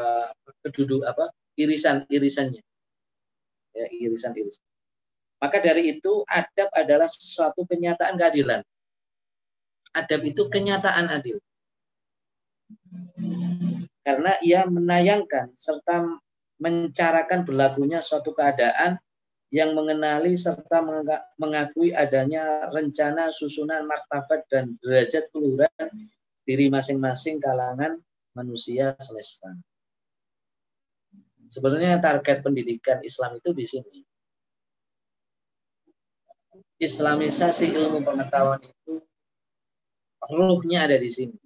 irisan-irisannya. Ya, irisan-irisan. Maka dari itu adab adalah suatu kenyataan keadilan. Adab itu kenyataan adil. Karena ia menayangkan serta mencarakan berlakunya suatu keadaan yang mengenali serta mengakui adanya rencana, susunan, martabat, dan derajat keluhuran diri masing-masing kalangan manusia semesta. Sebenarnya target pendidikan Islam itu di sini. Islamisasi ilmu pengetahuan itu ruhnya ada di sini.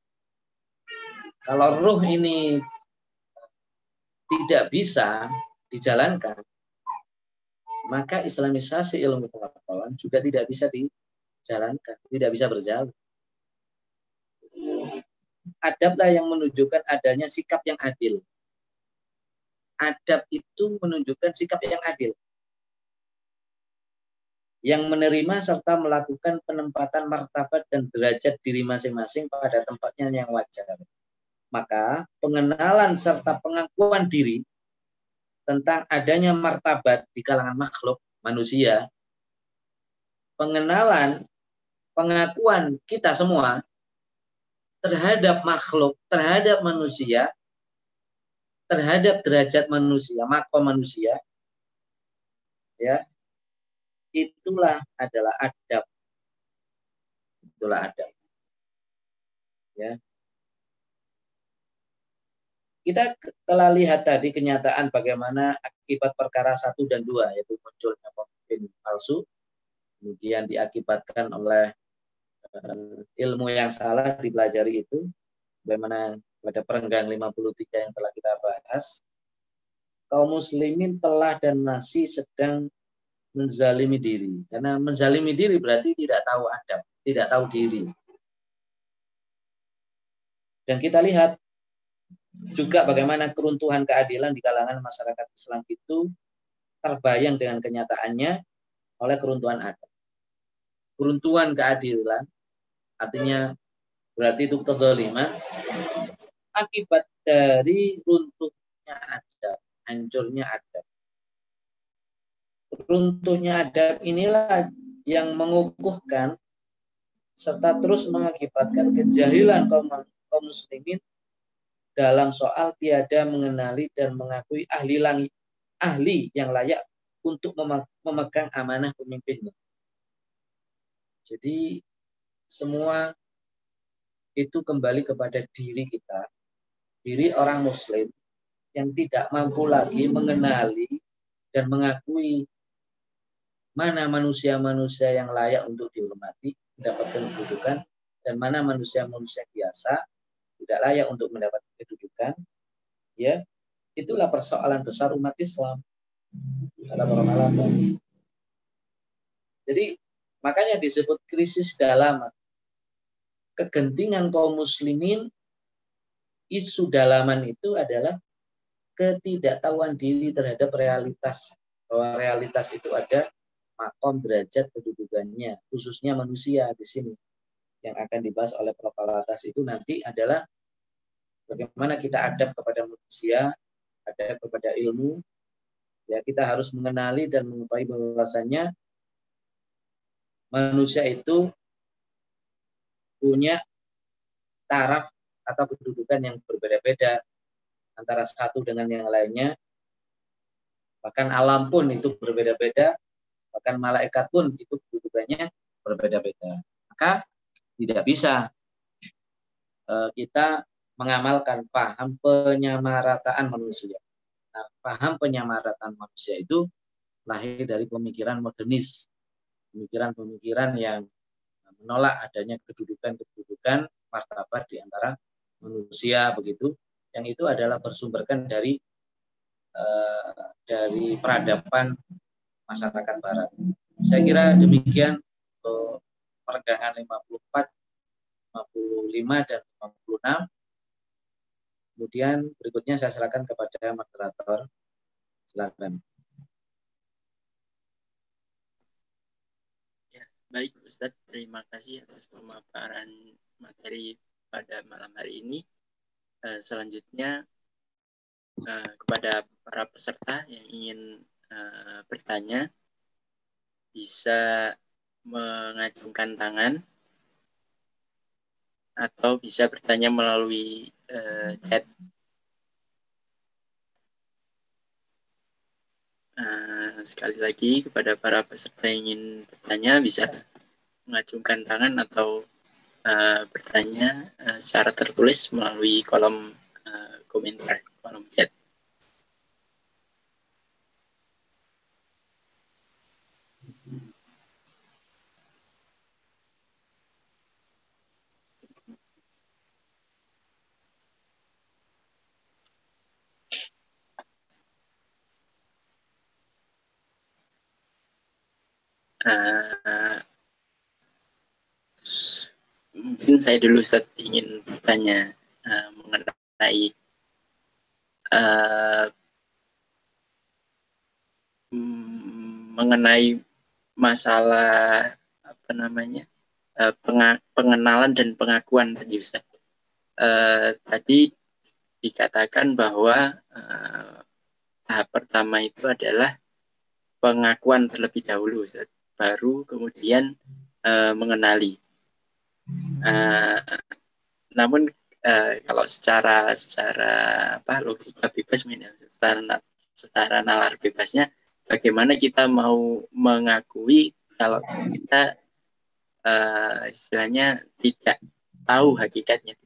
Kalau ruh ini tidak bisa dijalankan, maka islamisasi ilmu pengetahuan juga tidak bisa dijalankan, tidak bisa berjalan. Adablah yang menunjukkan adanya sikap yang adil. Adab itu menunjukkan sikap yang adil, yang menerima serta melakukan penempatan martabat dan derajat diri masing-masing pada tempatnya yang wajar. Maka pengenalan serta pengakuan diri tentang adanya martabat di kalangan makhluk manusia, pengenalan, pengakuan kita semua terhadap makhluk, terhadap manusia, terhadap derajat manusia, makom manusia, ya, itulah adalah adab. Itulah adab. Ya. Kita telah lihat tadi kenyataan bagaimana akibat perkara 1 dan 2, yaitu munculnya pemimpin palsu, kemudian diakibatkan oleh ilmu yang salah dipelajari itu, bagaimana pada perenggan 53 yang telah kita bahas, kaum muslimin telah dan masih sedang menzalimi diri. Karena menzalimi diri berarti tidak tahu adab, tidak tahu diri. Dan kita lihat juga bagaimana keruntuhan keadilan di kalangan masyarakat Islam itu terbayang dengan kenyataannya oleh keruntuhan adab. Keruntuhan keadilan artinya berarti itu kezaliman akibat dari runtuhnya adab, hancurnya adab. Runtuhnya adab inilah yang mengukuhkan serta terus mengakibatkan kejahilan kaum muslimin dalam soal tiada mengenali dan mengakui ahli yang layak untuk memegang amanah pemimpinnya. Jadi semua itu kembali kepada diri kita, diri orang Muslim yang tidak mampu lagi mengenali dan mengakui mana manusia-manusia yang layak untuk dihormati, mendapatkan kedudukan, dan mana manusia-manusia biasa tidak layak untuk mendapatkan kedudukan. Ya, itulah persoalan besar umat Islam. Kata para ulama. Jadi makanya disebut krisis dalaman. Kegentingan kaum muslimin, isu dalaman itu adalah ketidaktahuan diri terhadap realitas. Bahwa realitas itu ada makom, derajat, kedudukannya, khususnya manusia di sini. Yang akan dibahas oleh Prof. Al-Atas itu nanti adalah bagaimana kita adab kepada manusia, adab kepada ilmu. Ya, kita harus mengenali dan mengetahui bahwasanya manusia itu punya taraf atau kedudukan yang berbeda-beda antara satu dengan yang lainnya. Bahkan alam pun itu berbeda-beda, bahkan malaikat pun itu kedudukannya berbeda-beda. Maka tidak bisa kita mengamalkan paham penyamarataan manusia. Nah, paham penyamarataan manusia itu lahir dari pemikiran modernis, pemikiran-pemikiran yang menolak adanya kedudukan-kedudukan martabat di antara manusia begitu, yang itu adalah bersumberkan dari peradaban masyarakat Barat. Saya kira demikian untuk perdagangan 54, 55 dan 56. Kemudian berikutnya saya serahkan kepada moderator. Silakan. Ya, baik Ustadz, terima kasih atas pemaparan materi pada malam hari ini. Selanjutnya kepada para peserta yang ingin bertanya bisa mengacungkan tangan atau bisa bertanya melalui chat. Sekali lagi kepada para peserta yang ingin bertanya bisa mengacungkan tangan atau bertanya secara tertulis melalui kolom komentar, kolom chat. Mungkin saya dulu ingin bertanya mengenai masalah pengenalan dan pengakuan tadi Ustaz. Tadi dikatakan bahwa tahap pertama itu adalah pengakuan terlebih dahulu Ustaz, baru kemudian mengenali. Namun kalau secara logika bebas, secara nalar bebasnya, bagaimana kita mau mengakui kalau kita istilahnya tidak tahu hakikatnya,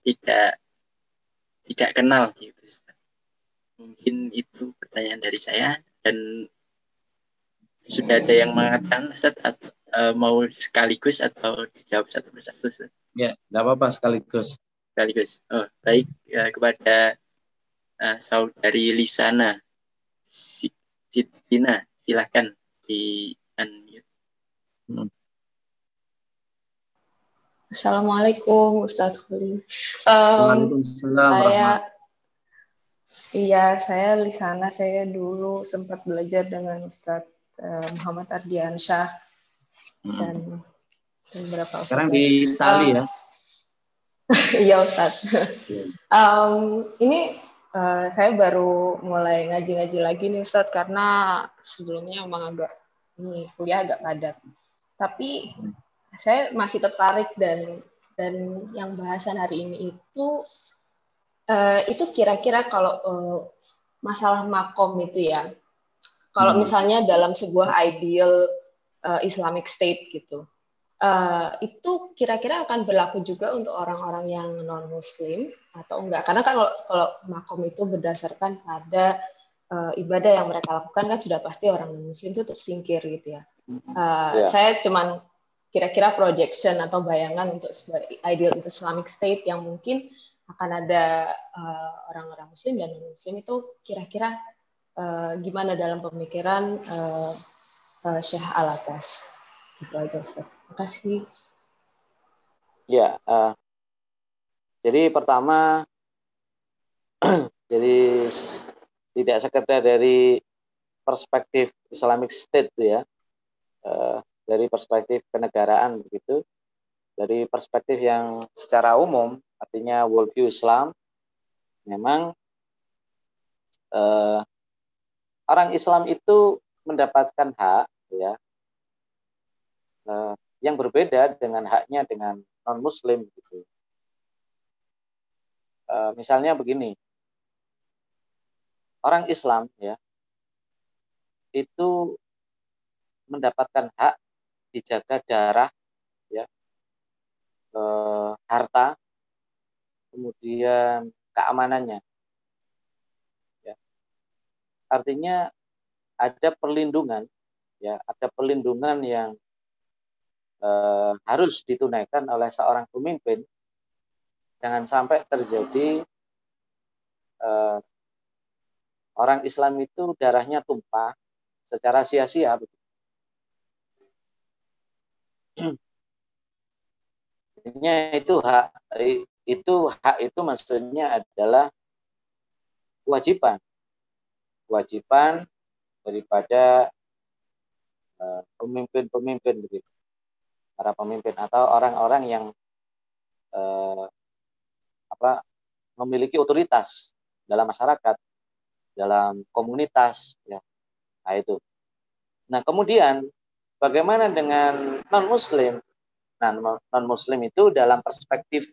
tidak kenal gitu. Mungkin itu pertanyaan dari saya, dan sudah ada yang mengatakan atau mau sekaligus atau dijawab satu persatu? Ya, tidak apa-apa sekaligus. Oh, baik, kepada saudari Lisana Sitina, silahkan di unmute. Assalamualaikum Ustadz Khuli. Waalaikumsalam. Saya Lisana. Saya dulu sempat belajar dengan Ustadz Muhammad Ardiansyah dan beberapa Ustadz. Sekarang di Itali ya? Iya Ustadz. Ini saya baru mulai ngaji-ngaji lagi nih Ustadz, karena sebelumnya emang kuliah agak padat. Tapi saya masih tertarik dan yang bahasan hari ini itu kira-kira kalau masalah makom itu ya, kalau misalnya dalam sebuah ideal Islamic State gitu, itu kira-kira akan berlaku juga untuk orang-orang yang non-Muslim atau enggak? Karena kan kalau makom itu berdasarkan pada ibadah yang mereka lakukan kan sudah pasti orang non-Muslim itu tersingkir gitu ya. Saya cuman kira-kira projection atau bayangan untuk ideal Islamic State yang mungkin akan ada orang-orang Muslim dan non-Muslim itu kira-kira gimana dalam pemikiran Syekh Alatas. Itu aja Ustaz. Terima kasih. Ya, jadi pertama, jadi tidak sekedar dari perspektif Islamic State ya, dari perspektif kenegaraan begitu, dari perspektif yang secara umum, artinya worldview Islam, memang orang Islam itu mendapatkan hak ya yang berbeda dengan haknya dengan non Muslim gitu. Misalnya begini, orang Islam ya itu mendapatkan hak dijaga darah ya, harta, kemudian keamanannya ya. Artinya ada perlindungan ya, ada perlindungan yang harus ditunaikan oleh seorang pemimpin. Jangan sampai terjadi orang Islam itu darahnya tumpah secara sia-sia. Itu maksudnya adalah kewajiban daripada pemimpin-pemimpin begitu, para pemimpin atau orang-orang yang memiliki otoritas dalam masyarakat, dalam komunitas ya. Nah itu. Nah kemudian bagaimana dengan non Muslim? Nah non Muslim itu dalam perspektif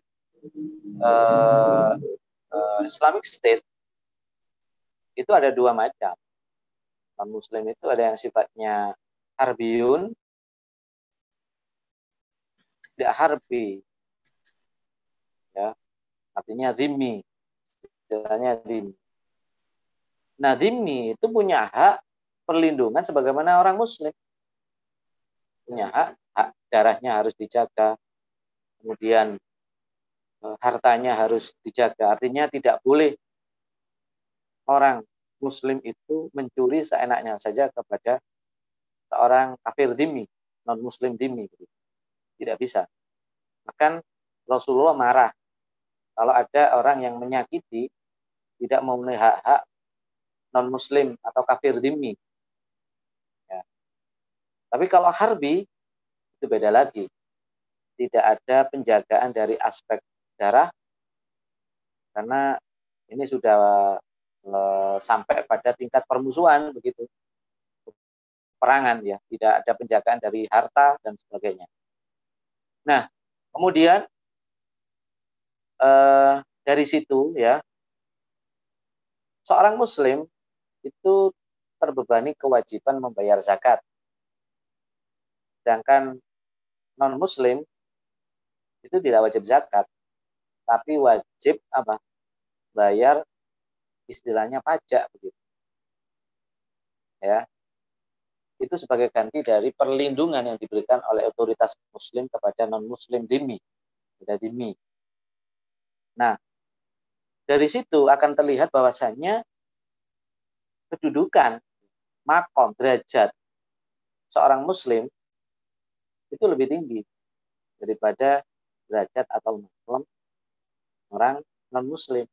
Islamic State itu ada dua macam. Non Muslim itu ada yang sifatnya harbiyun, tidak harbi, ya, artinya dhimmi, istilahnya dhimmi. Nah dhimmi itu punya hak perlindungan sebagaimana orang Muslim, punya hak darahnya harus dijaga, kemudian hartanya harus dijaga. Artinya tidak boleh orang Muslim itu mencuri seenaknya saja kepada seorang kafir dhimmi, non Muslim dhimmi, tidak bisa. Bahkan Rasulullah marah kalau ada orang yang menyakiti, tidak memenuhi hak-hak non Muslim atau kafir dhimmi. Ya. Tapi kalau harbi itu beda lagi. Tidak ada penjagaan dari aspek darah, karena ini sudah sampai pada tingkat permusuhan begitu, perangan ya, tidak ada penjagaan dari harta dan sebagainya. Nah kemudian dari situ ya, seorang Muslim itu terbebani kewajiban membayar zakat, sedangkan non Muslim itu tidak wajib zakat, tapi wajib bayar istilahnya pajak begitu. Ya. Itu sebagai ganti dari perlindungan yang diberikan oleh otoritas Muslim kepada non Muslim dhimmi. Nah, dari situ akan terlihat bahwasannya kedudukan, makom, derajat seorang Muslim itu lebih tinggi daripada derajat atau makom orang non-Muslim.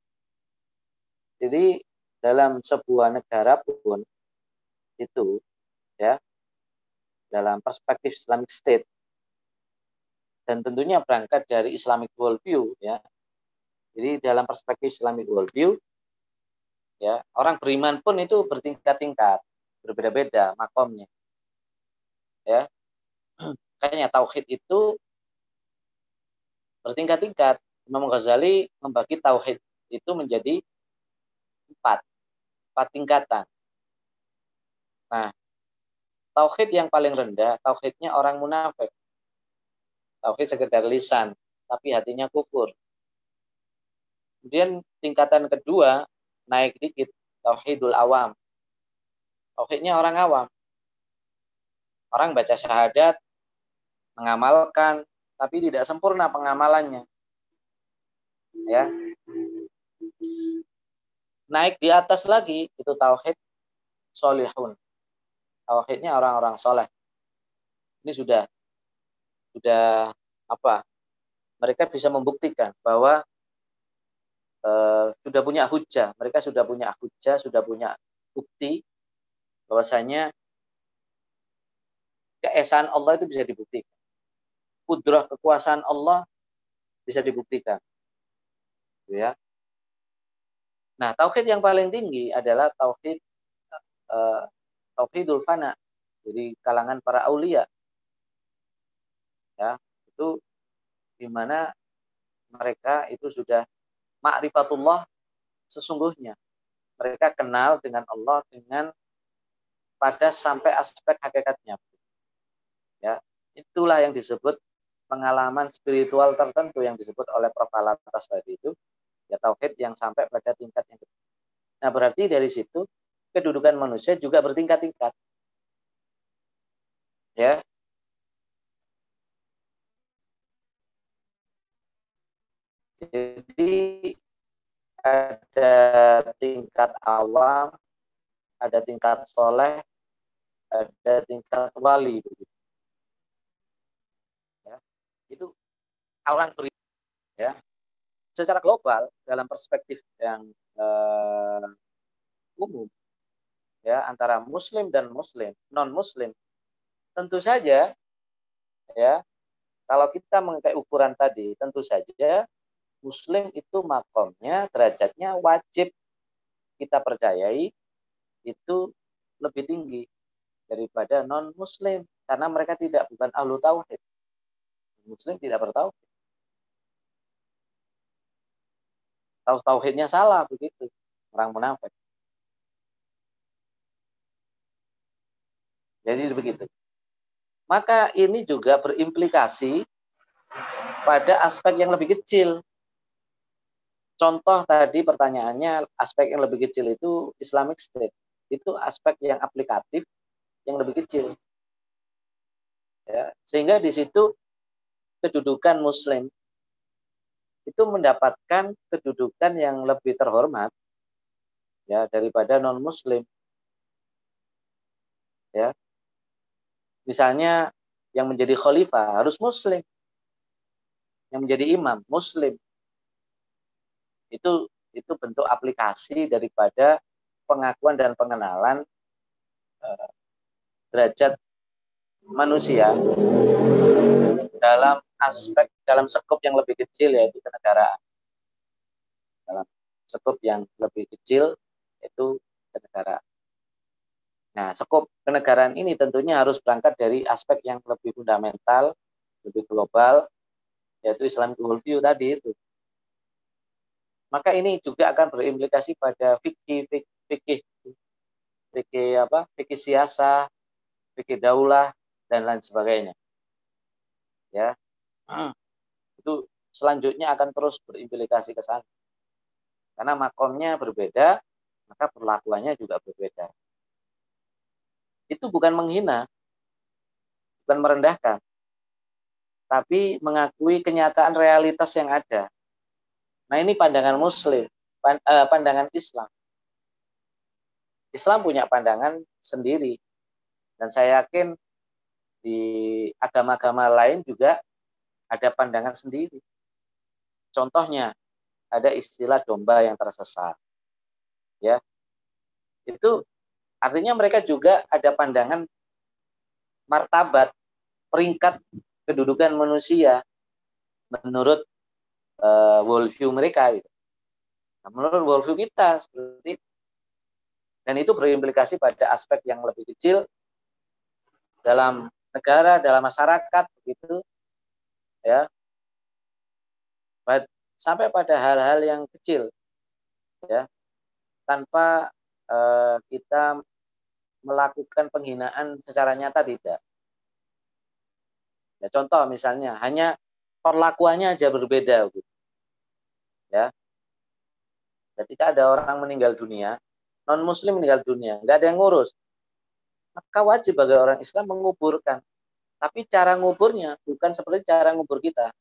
Jadi dalam sebuah negara pun itu ya, dalam perspektif Islamic State dan tentunya berangkat dari Islamic worldview ya. Jadi dalam perspektif Islamic worldview ya, orang beriman pun itu bertingkat-tingkat, berbeda-beda makomnya. Ya. Kayaknya tauhid itu bertingkat-tingkat. Imam Ghazali membagi tauhid itu menjadi empat tingkatan. Nah, tauhid yang paling rendah, tauhidnya orang munafik. tauhid sekedar lisan, tapi hatinya kufur. Kemudian tingkatan kedua naik dikit, tauhidul awam. Tauhidnya orang awam. Orang baca syahadat, mengamalkan, tapi tidak sempurna pengamalannya. Ya. Naik di atas lagi itu tauhid solihun. Tauhidnya orang-orang soleh. Ini sudah apa? Mereka bisa membuktikan bahwa sudah punya hujah. Mereka sudah punya hujah, sudah punya bukti bahwasanya keesaan Allah itu bisa dibuktikan. Kudrah kekuasaan Allah bisa dibuktikan. Ya. Nah, tauhid yang paling tinggi adalah tauhidul fana. Jadi kalangan para aulia. Ya, itu di mana mereka itu sudah ma'rifatullah sesungguhnya. Mereka kenal dengan Allah dengan pada sampai aspek hakikatnya. Ya, itulah yang disebut pengalaman spiritual tertentu yang disebut oleh Prof. Alatas tadi itu, ya tauhid yang sampai pada tingkat yang kedua. Nah, berarti dari situ kedudukan manusia juga bertingkat-tingkat. Ya. Jadi ada tingkat awam, ada tingkat soleh, ada tingkat wali. Ya. Itu orang beriman. Ya. Secara global dalam perspektif yang umum, ya antara muslim dan muslim, non muslim, tentu saja ya kalau kita memakai ukuran tadi, tentu saja muslim itu makomnya, derajatnya wajib kita percayai itu lebih tinggi daripada non muslim karena mereka bukan ahlu tauhid. Muslim tidak bertauhid. Tauhidnya salah begitu, orang munafik. Jadi begitu. Maka ini juga berimplikasi pada aspek yang lebih kecil. Contoh tadi pertanyaannya, aspek yang lebih kecil itu Islamic State. Itu aspek yang aplikatif yang lebih kecil. Ya, sehingga di situ kedudukan Muslim itu mendapatkan kedudukan yang lebih terhormat ya daripada non Muslim. Ya, misalnya yang menjadi khalifah harus Muslim, yang menjadi imam Muslim. Itu bentuk aplikasi daripada pengakuan dan pengenalan derajat manusia dalam skop yang lebih kecil yaitu kenegaraan. Dalam skop yang lebih kecil yaitu kenegaraan. Nah, skop kenegaraan ini tentunya harus berangkat dari aspek yang lebih fundamental, lebih global, yaitu Islamic worldview tadi itu. Maka ini juga akan berimplikasi pada fikih siasah, fikih daulah dan lain sebagainya. Ya. Itu selanjutnya akan terus berimplikasi ke sana. Karena makomnya berbeda, maka perlakuannya juga berbeda. Itu bukan menghina, bukan merendahkan, tapi mengakui kenyataan realitas yang ada. Nah, ini pandangan Muslim, pandangan Islam. Islam punya pandangan sendiri, dan saya yakin di agama-agama lain juga ada pandangan sendiri. Contohnya, ada istilah domba yang tersesat. Ya, itu artinya mereka juga ada pandangan martabat, peringkat kedudukan manusia menurut worldview mereka. Gitu. Nah, menurut worldview kita seperti itu. Dan itu berimplikasi pada aspek yang lebih kecil dalam negara, dalam masyarakat, begitu, ya, sampai pada hal-hal yang kecil, ya, tanpa kita melakukan penghinaan secara nyata tidak. Ya, contoh misalnya hanya perlakuannya aja berbeda gitu. Ya. Ketika ada orang meninggal dunia, non muslim meninggal dunia, nggak ada yang ngurus, maka wajib bagi orang Islam menguburkan. Tapi cara nguburnya bukan seperti cara ngubur kita.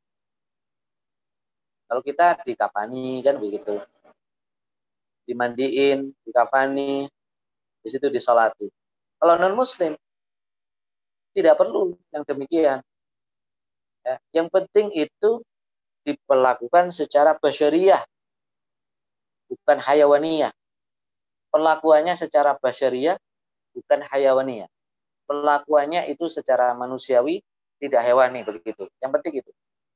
Kalau kita dikafani kan begitu, dimandiin, dikafani, di situ disolati. Kalau non muslim tidak perlu yang demikian. Ya. Yang penting itu diperlakukan secara basyariah, bukan hayawaniyah. Perlakuannya secara basyariah, bukan hayawaniyah. Perlakuannya itu secara manusiawi, tidak hewani begitu. Yang penting itu.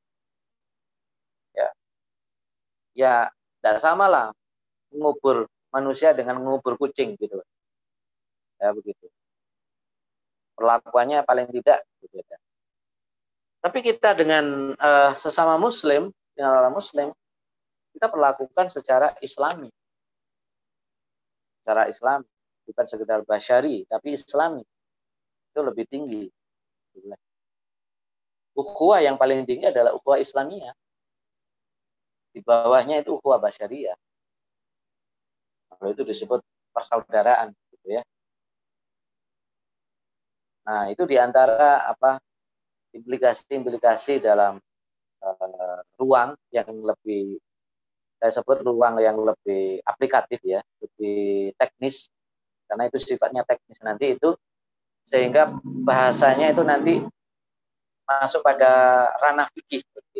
Ya tidak sama lah mengubur manusia dengan mengubur kucing gitu. Ya begitu. Perlakuannya paling tidak berbeda. Tapi kita dengan sesama muslim, dengan orang muslim, kita perlakukan secara islami. Secara islami, bukan sekedar basyari, tapi islami. Itu lebih tinggi. Ukhuwah yang paling tinggi adalah ukhuwah Islamiyah. Di bawahnya itu ukhuwah basyariyah. Kalau itu disebut persaudaraan gitu ya. Nah, itu diantara implikasi-implikasi dalam ruang yang lebih, saya sebut ruang yang lebih aplikatif ya, lebih teknis, karena itu sifatnya teknis nanti itu, sehingga bahasanya itu nanti masuk pada ranah fikih.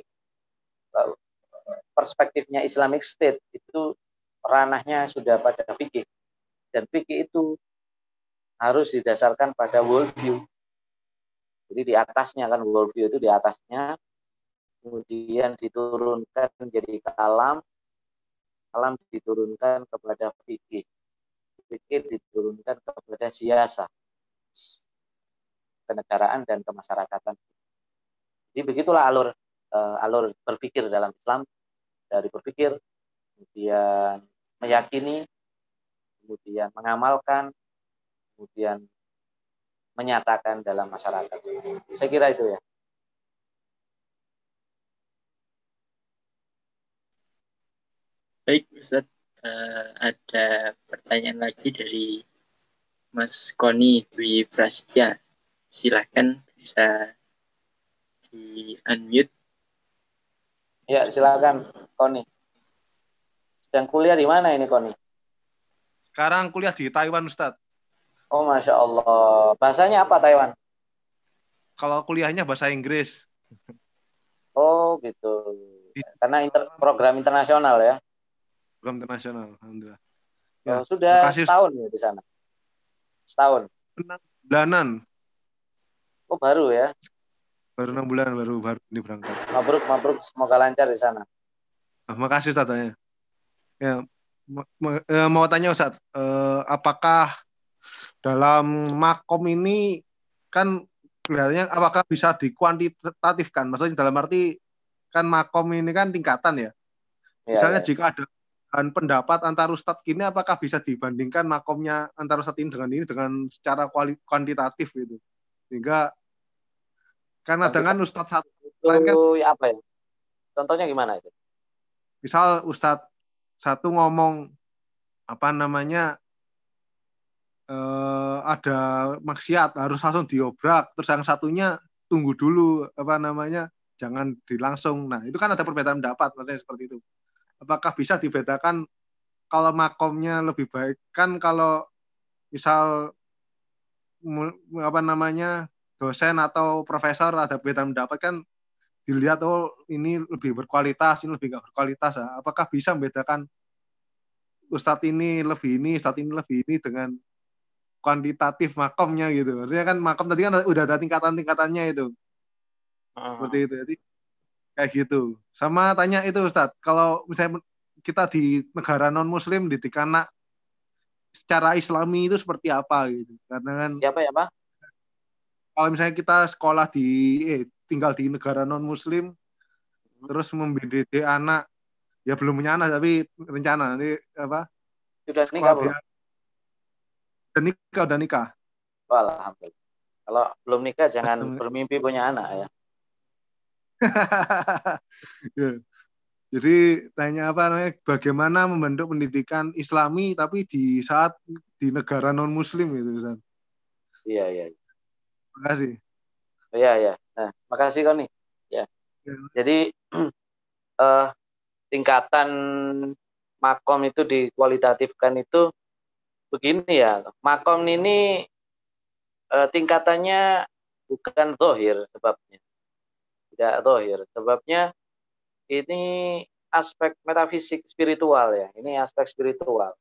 Perspektifnya Islamic State itu ranahnya sudah pada fikih, dan fikih itu harus didasarkan pada worldview. Jadi di atasnya kan worldview itu di atasnya, kemudian diturunkan menjadi kalam, kalam diturunkan kepada fikih, fikih diturunkan kepada siasa, kenegaraan dan kemasyarakatan. Jadi begitulah alur berpikir dalam Islam, dari berpikir, kemudian meyakini, kemudian mengamalkan, kemudian menyatakan dalam masyarakat. Saya kira itu ya. Baik, Ustaz. Ada pertanyaan lagi dari Mas Koni Dwi Prasetya. Silahkan bisa di-unmute. Ya, silakan Koni. Sedang kuliah di mana ini Koni? Sekarang kuliah di Taiwan, Ustadz. Oh, Masya Allah. Bahasanya apa Taiwan? Kalau kuliahnya bahasa Inggris. Oh, gitu. Karena program internasional ya? Program internasional, alhamdulillah. Ya, sudah setahun ya di sana? Setahun? 6 bulanan. Oh, baru ya? Baru 6 bulan, baru ini berangkat. Mabruk, semoga lancar di sana. Makasih Ustadz. Ya, mau tanya Ustadz, apakah dalam makom ini kan kelihatannya apakah bisa dikuantitatifkan? Maksudnya dalam arti kan makom ini kan tingkatan ya. Misalnya jika ada pendapat antar ustadz ini, apakah bisa dibandingkan makomnya antar ustadz ini dengan secara kuantitatif gitu? Sehingga kan ada ustadz satu lain kan apa ya? Contohnya gimana itu? Misal ustadz satu ngomong ada maksiat harus langsung diobrak, terus yang satunya tunggu dulu jangan dilangsung. Nah, itu kan ada perbedaan pendapat, maksudnya seperti itu. Apakah bisa dibedakan kalau makomnya lebih baik? Kan kalau misal dosen atau profesor ada perbedaan pendapat kan dilihat ini lebih berkualitas, ini lebih nggak berkualitas. Apakah bisa membedakan ustadz ini lebih ini, ustadz ini lebih ini dengan kuantitatif makomnya gitu. Maksudnya kan makom tadi kan udah ada tingkatan-tingkatannya itu. Seperti itu. Jadi kayak gitu. Sama tanya itu Ustadz, kalau misalnya kita di negara non-muslim didik anak secara islami itu seperti apa gitu. Karena kan siapa ya Pak? Kalau misalnya kita sekolah tinggal di negara non-muslim terus mendidik anak, ya belum punya anak tapi rencana nanti sudah nikah belum? Udah nikah. Oh, alhamdulillah. Kalau belum nikah jangan bermimpi punya anak ya. Ya. Jadi tanya apa namanya, bagaimana membentuk pendidikan Islami tapi di saat di negara non Muslim gitu, Ustaz. Iya, iya. Terima kasih. Iya, iya. Nah, makasih Koni. Ya. Ya. Jadi tingkatan makom itu dikualitatifkan itu begini ya. Makom ini tingkatannya bukan zahir sebabnya. Tidak zahir. Sebabnya ini aspek metafisik spiritual ya. Ini aspek spiritual.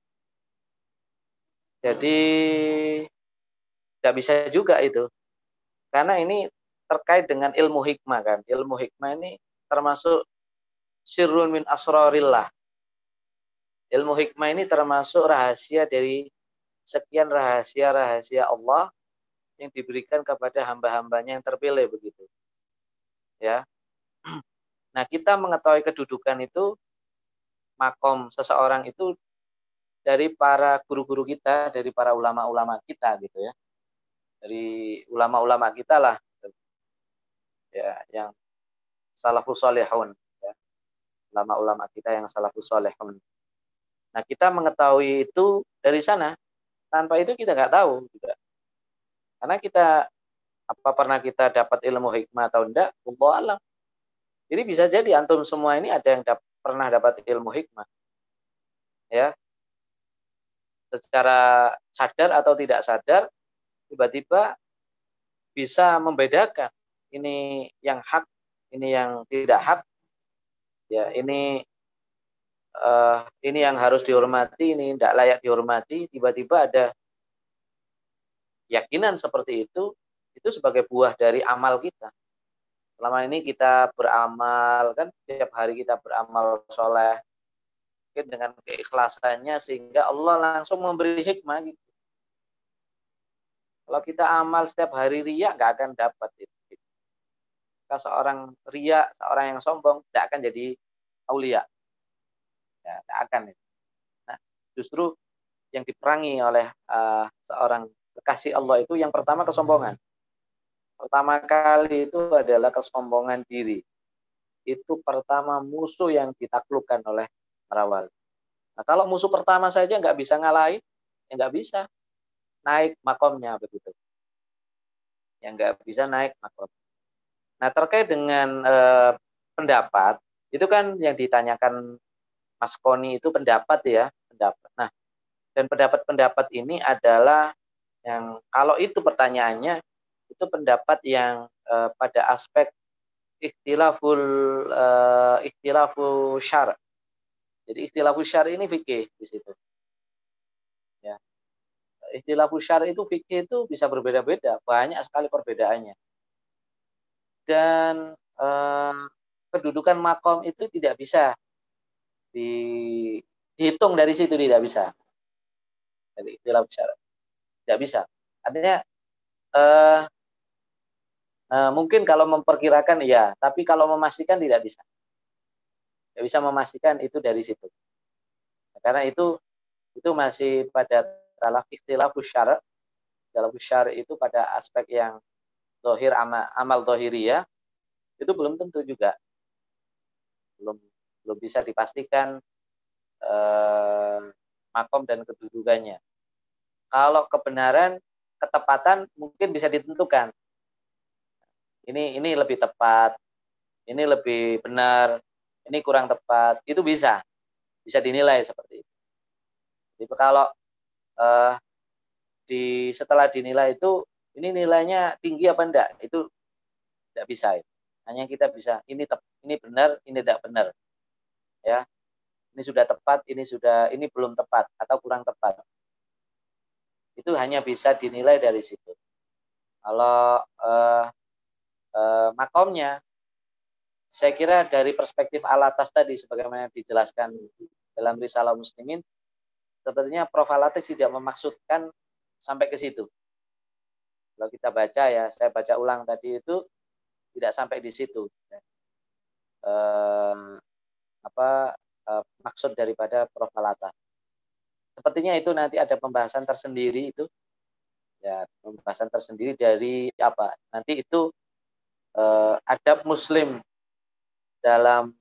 Jadi tidak bisa juga itu. Karena ini terkait dengan ilmu hikmah kan. Ilmu hikmah ini termasuk sirrun min asrarillah. Ilmu hikmah ini termasuk rahasia dari sekian rahasia-rahasia Allah yang diberikan kepada hamba-hambanya yang terpilih begitu. Ya. Nah, kita mengetahui kedudukan itu, makom seseorang itu dari para guru-guru kita, dari para ulama-ulama kita gitu ya. Dari ulama-ulama kita lah. Ya, yang salafus salihun ya. Ulama-ulama kita yang salafus salihun. Nah, kita mengetahui itu dari sana. Tanpa itu kita nggak tahu juga. Karena kita apa pernah kita dapat ilmu hikmah atau enggak, wallahu alam. Jadi bisa jadi antum semua ini ada yang pernah dapat ilmu hikmah. Ya. Secara sadar atau tidak sadar, tiba-tiba bisa membedakan ini yang hak, ini yang tidak hak. Ya, ini yang harus dihormati, ini tidak layak dihormati. Tiba-tiba ada keyakinan seperti itu sebagai buah dari amal kita. Selama ini kita beramal, kan setiap hari kita beramal soleh, mungkin dengan keikhlasannya sehingga Allah langsung memberi hikmah gitu. Kalau kita amal setiap hari riya, nggak akan dapat itu. Kalau seorang riya, seorang yang sombong, tidak akan jadi aulia. Ya, tidak akan. Nah, justru yang diperangi oleh seorang kekasih Allah itu yang pertama kesombongan. Pertama kali itu adalah kesombongan diri. Itu pertama musuh yang ditaklukkan oleh para wali. Nah, kalau musuh pertama saja nggak bisa ngalahin, ya nggak bisa naik makomnya begitu. Yang nggak bisa naik makom. Nah, terkait dengan pendapat, itu kan yang ditanyakan Mas Koni itu pendapat ya, pendapat. Nah, dan pendapat-pendapat ini adalah yang kalau itu pertanyaannya itu pendapat yang pada aspek ikhtilafu syar. Jadi ikhtilafu syar ini fikih di situ. Ya. Ikhtilafu syar itu fikih itu bisa berbeda-beda, banyak sekali perbedaannya. Dan kedudukan makom itu tidak bisa dihitung dari situ, tidak bisa. Dari ikhtilafu syar. Tidak bisa. Artinya mungkin kalau memperkirakan ya, tapi kalau memastikan tidak bisa. Tidak bisa memastikan itu dari situ. Karena itu masih pada talaf ikhtilafus syara'. Ikhtilafus syara' itu pada aspek yang zahir amal zahiriyah itu belum tentu juga. Belum bisa dipastikan makom dan kedudukannya. Kalau kebenaran, ketepatan mungkin bisa ditentukan. Ini lebih tepat, ini lebih benar, ini kurang tepat, itu bisa dinilai seperti itu. Jadi kalau setelah dinilai itu ini nilainya tinggi apa enggak, itu tidak bisa. Hanya kita bisa ini benar, ini tidak benar, ya. Ini sudah tepat, ini belum tepat atau kurang tepat. Itu hanya bisa dinilai dari situ. Kalau makomnya, saya kira dari perspektif Al-Atas tadi, sebagaimana dijelaskan dalam Risalah Muslimin, sepertinya Prof. Al-Atas tidak memaksudkan sampai ke situ. Kalau kita baca ya, saya baca ulang tadi itu tidak sampai di situ. Maksud daripada Prof. Al-Atas. Sepertinya itu nanti ada pembahasan tersendiri itu. Ya, pembahasan tersendiri dari apa? Nanti itu adab muslim dalam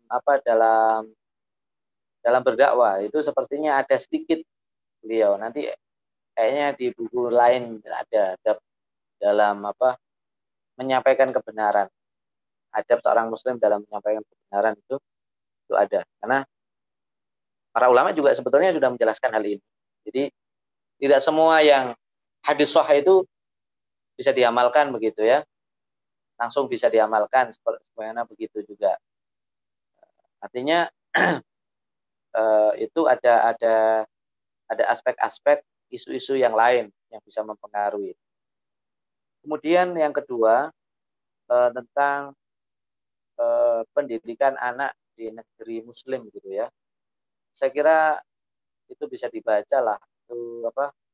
berdakwah itu sepertinya ada sedikit beliau. Nanti kayaknya di buku lain ada dalam menyampaikan kebenaran. Adab seorang muslim dalam menyampaikan kebenaran itu ada. Karena para ulama juga sebetulnya sudah menjelaskan hal ini. Jadi tidak semua yang hadis sahih itu bisa diamalkan begitu ya. Langsung bisa diamalkan sebagaimana begitu juga. Artinya itu ada aspek-aspek isu-isu yang lain yang bisa mempengaruhi. Kemudian yang kedua tentang pendidikan anak di negeri muslim gitu ya. Saya kira itu bisa dibaca lah itu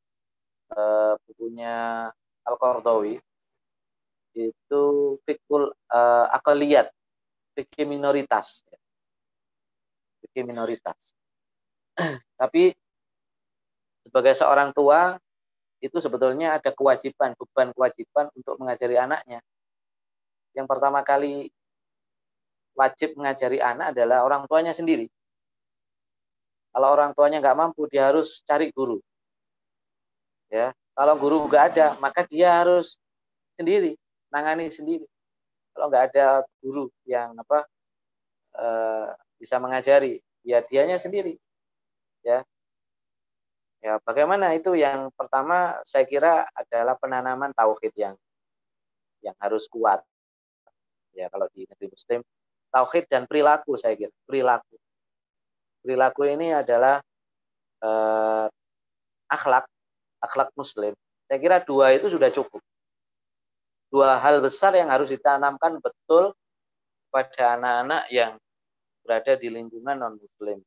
bukunya Al-Qardawi itu fikul aqliyat, fikih minoritas. Fikih minoritas. Tapi sebagai seorang tua itu sebetulnya ada beban kewajiban untuk mengajari anaknya. Yang pertama kali wajib mengajari anak adalah orang tuanya sendiri. Kalau orang tuanya nggak mampu, dia harus cari guru. Ya, kalau guru nggak ada, maka dia harus sendiri, nangani sendiri. Kalau nggak ada guru yang bisa mengajari, ya dianya sendiri. Ya, bagaimana itu? Yang pertama saya kira adalah penanaman tauhid yang harus kuat. Ya, kalau di negeri muslim, tauhid dan perilaku saya kira. Perilaku ini adalah akhlak muslim. Saya kira dua itu sudah cukup. Dua hal besar yang harus ditanamkan betul pada anak-anak yang berada di lingkungan non-muslim.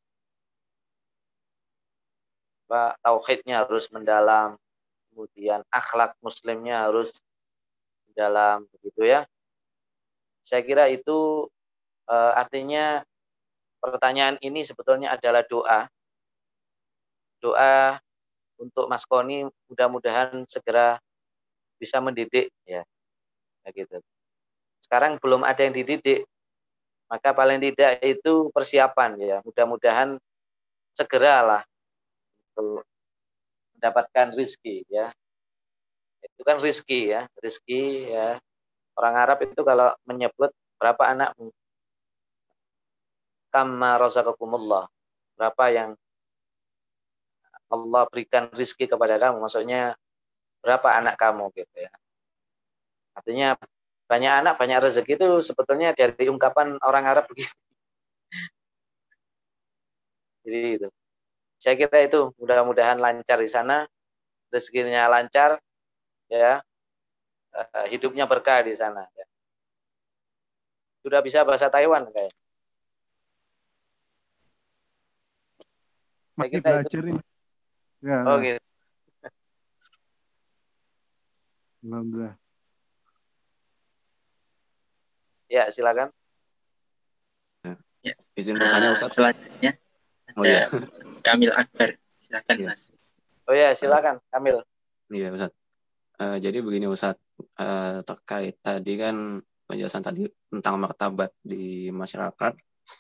Tauhidnya harus mendalam, kemudian akhlak muslimnya harus mendalam, begitu ya. Saya kira itu artinya pertanyaan ini sebetulnya adalah doa untuk Mas Koni, mudah-mudahan segera bisa mendidik ya, gitu. Sekarang belum ada yang dididik, maka paling tidak itu persiapan ya. Mudah-mudahan segeralah untuk mendapatkan rizki ya. Itu kan rizki ya. Orang Arab itu kalau menyebut berapa anakmu, kama razaqakumullah, berapa yang Allah berikan rizki kepada kamu, maksudnya berapa anak kamu gitu ya. Artinya banyak anak, banyak rezeki itu sebetulnya dari ungkapan orang Arab begitu. Jadi itu. Saya kira itu mudah-mudahan lancar di sana, rezekinya lancar, ya, hidupnya berkah di sana. Ya. Sudah bisa bahasa Taiwan kayak. Masih belajar ini. Ya. Oh gitu. Alhamdulillah. Ya, silakan. Ya. Izin bertanya Ustaz. Selanjutnya ada Kamil Akbar. Silakan ya. Mas. Oh ya, silakan Kamil. Iya Ustaz. Jadi begini Ustaz, terkait tadi kan penjelasan tadi tentang martabat di masyarakat,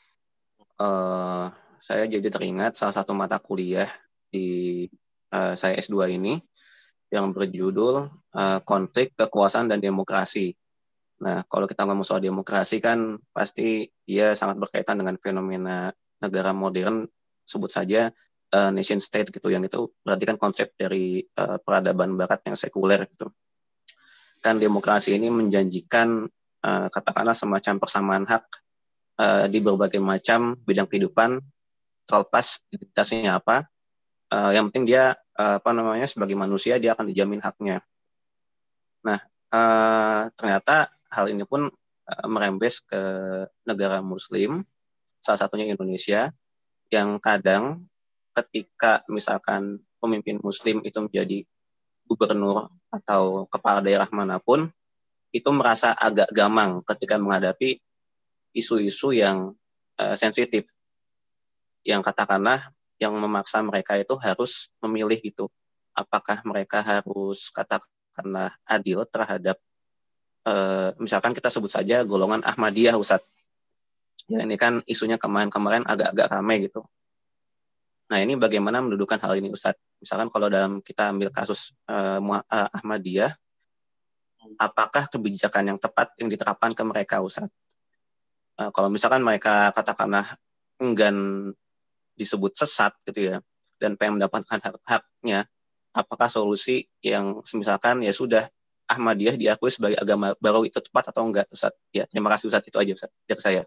saya jadi teringat salah satu mata kuliah di saya S2 ini yang berjudul Konflik Kekuasaan dan Demokrasi. Nah, kalau kita ngomong soal demokrasi kan pasti dia sangat berkaitan dengan fenomena negara modern, sebut saja nation state gitu, yang itu berarti kan konsep dari peradaban barat yang sekuler gitu. Kan demokrasi ini menjanjikan katakanlah semacam persamaan hak di berbagai macam bidang kehidupan, terlepas identitasnya apa. Yang penting dia sebagai manusia dia akan dijamin haknya. Nah, ternyata hal ini pun merembes ke negara muslim, salah satunya Indonesia, yang kadang ketika misalkan pemimpin muslim itu menjadi gubernur atau kepala daerah manapun, itu merasa agak gamang ketika menghadapi isu-isu yang sensitif, yang katakanlah yang memaksa mereka itu harus memilih gitu, apakah mereka harus katakanlah adil terhadap misalkan kita sebut saja golongan Ahmadiyah Ustadz, Ya ini kan isunya kemarin-kemarin agak-agak ramai gitu. Nah ini bagaimana mendudukan hal ini Ustadz? Misalkan kalau dalam kita ambil kasus Ahmadiyah, apakah kebijakan yang tepat yang diterapkan ke mereka Ustadz? Kalau misalkan mereka katakanlah enggan disebut sesat gitu ya, dan pengen mendapatkan hak-haknya, apakah solusi yang misalkan ya sudah Ahmadiyah diakui sebagai agama baru itu tepat atau enggak Ustadz? Ya terima kasih Ustadz, itu aja Ustadz dari saya.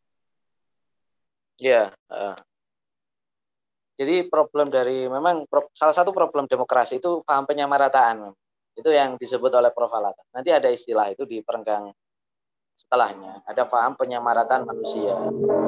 Ya, jadi memang salah satu problem demokrasi itu paham penyamarataan. Itu yang disebut oleh Prof. Alatan. Nanti ada istilah itu di perenggang setelahnya. Ada paham penyamarataan manusia.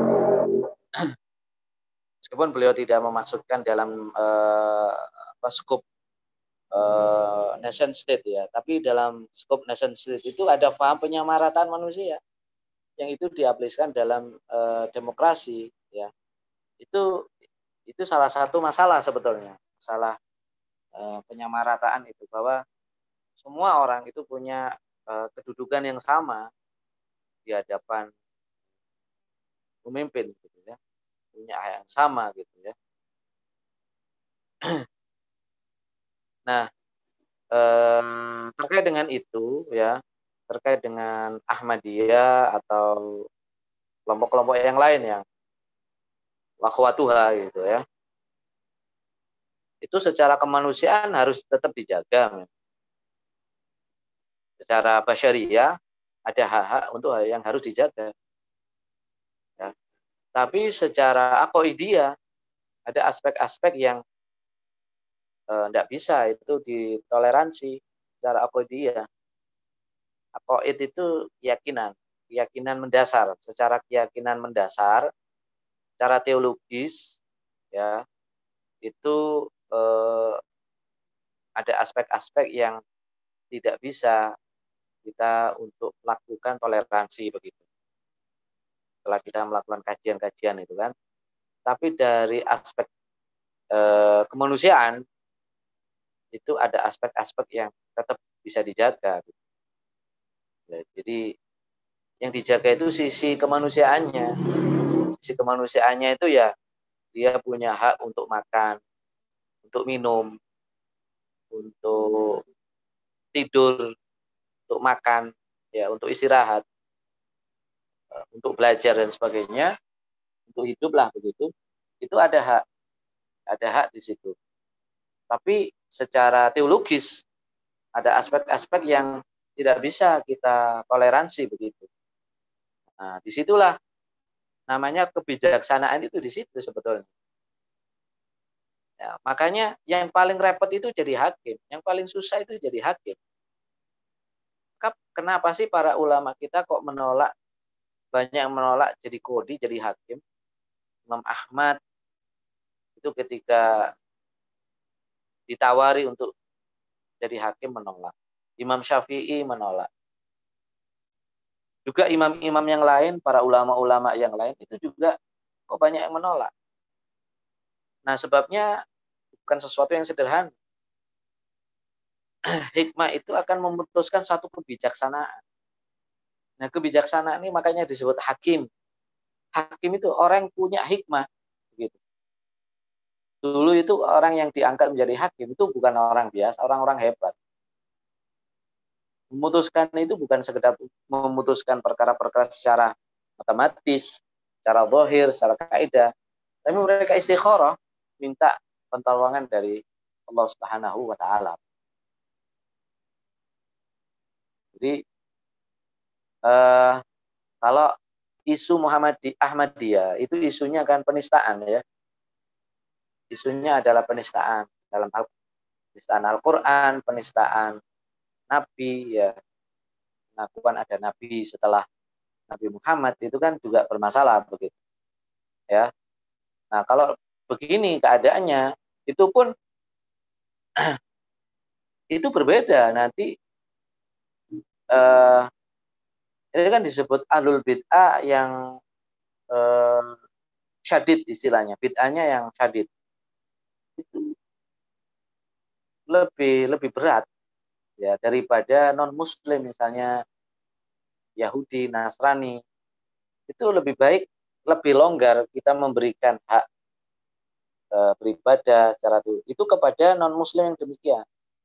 Meskipun beliau tidak memaksudkan dalam skop nation state ya, tapi dalam skop nation state itu ada paham penyamarataan manusia yang itu diaplikasikan dalam demokrasi ya. Itu salah satu masalah sebetulnya, masalah penyamarataan itu, bahwa semua orang itu punya kedudukan yang sama di hadapan pemimpin gitu ya, punya hak yang sama gitu ya. Nah, terkait dengan itu ya, terkait dengan Ahmadiyah atau kelompok-kelompok yang lain yang wakwatuha gitu ya, itu secara kemanusiaan harus tetap dijaga. Secara basyariah ada hak-hak untuk hal yang harus dijaga. Ya. Tapi secara aqoidiyah ada aspek-aspek yang tidak bisa itu ditoleransi secara aqoidiyah. Aqoid itu keyakinan mendasar. Secara keyakinan mendasar, secara teologis, ya itu ada aspek-aspek yang tidak bisa kita untuk melakukan toleransi begitu. Setelah kita melakukan kajian-kajian itu kan. Tapi dari aspek kemanusiaan itu ada aspek-aspek yang tetap bisa dijaga. Gitu. Ya, jadi yang dijaga itu sisi kemanusiaannya. Sisi kemanusiaannya itu ya dia punya hak untuk makan, untuk minum, untuk tidur, untuk makan, ya untuk istirahat, untuk belajar dan sebagainya, untuk hidup lah begitu. Itu ada hak di situ. Tapi secara teologis ada aspek-aspek yang tidak bisa kita toleransi begitu. Nah, disitulah namanya kebijaksanaan itu di situ sebetulnya. Ya, makanya yang paling repot itu jadi hakim, yang paling susah itu jadi hakim. Kenapa sih para ulama kita kok banyak yang menolak jadi qadhi, jadi hakim? Imam Ahmad itu ketika ditawari untuk jadi hakim menolak. Imam Syafi'i menolak. Juga imam-imam yang lain, para ulama-ulama yang lain itu juga kok banyak yang menolak. Nah, sebabnya bukan sesuatu yang sederhana. Hikmah itu akan memutuskan satu kebijaksanaan. Nah, kebijaksanaan ini makanya disebut hakim. Hakim itu orang yang punya hikmah. Gitu. Dulu itu orang yang diangkat menjadi hakim itu bukan orang biasa, orang-orang hebat. Memutuskan itu bukan sekedar memutuskan perkara-perkara secara matematis, secara zahir, secara kaidah, tapi mereka istikharah, minta pertolongan dari Allah Subhanahu wa taala. Jadi kalau isu Ahmadiyah itu isunya kan penistaan ya. Isunya adalah penistaan dalam penistaan Al-Qur'an, penistaan Nabi ya. Pengakuan ada Nabi setelah Nabi Muhammad itu kan juga bermasalah begitu. Ya. Nah, kalau begini keadaannya itu pun itu berbeda nanti ini kan disebut ahlul bid'ah yang syadid istilahnya, bid'ahnya yang syadid. Itu lebih berat ya daripada non muslim misalnya Yahudi, Nasrani. Itu lebih baik lebih longgar kita memberikan hak beribadah secara itu kepada non muslim yang demikian,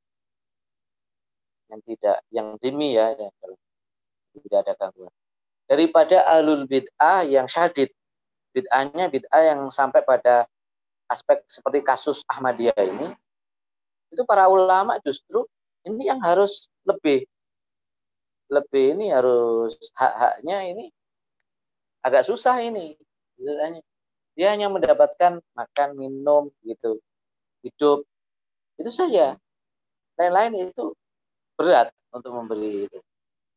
yang dhimmi ya, kalau tidak ada gangguan, daripada ahlul bid'ah yang syadid, bid'ahnya bid'ah yang sampai pada aspek seperti kasus Ahmadiyah ini. Itu para ulama justru ini yang harus lebih ini, harus hak-haknya ini agak susah ini. Dia hanya mendapatkan makan, minum gitu, hidup, itu saja. Lain-lain itu berat untuk memberi itu.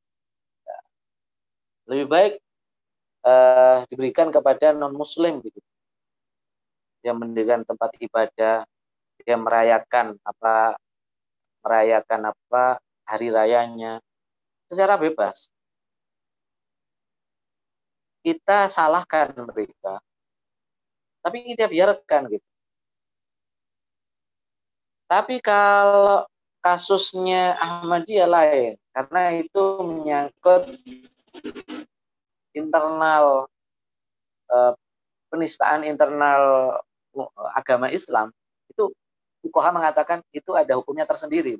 Lebih baik diberikan kepada non muslim gitu, yang mendirikan tempat ibadah, yang merayakan apa hari rayanya secara bebas. Kita salahkan mereka, tapi kita biarkan gitu. Tapi kalau kasusnya Ahmadiyah lain, karena itu menyangkut internal penistaan internal agama Islam, itu fuqaha mengatakan itu ada hukumnya tersendiri.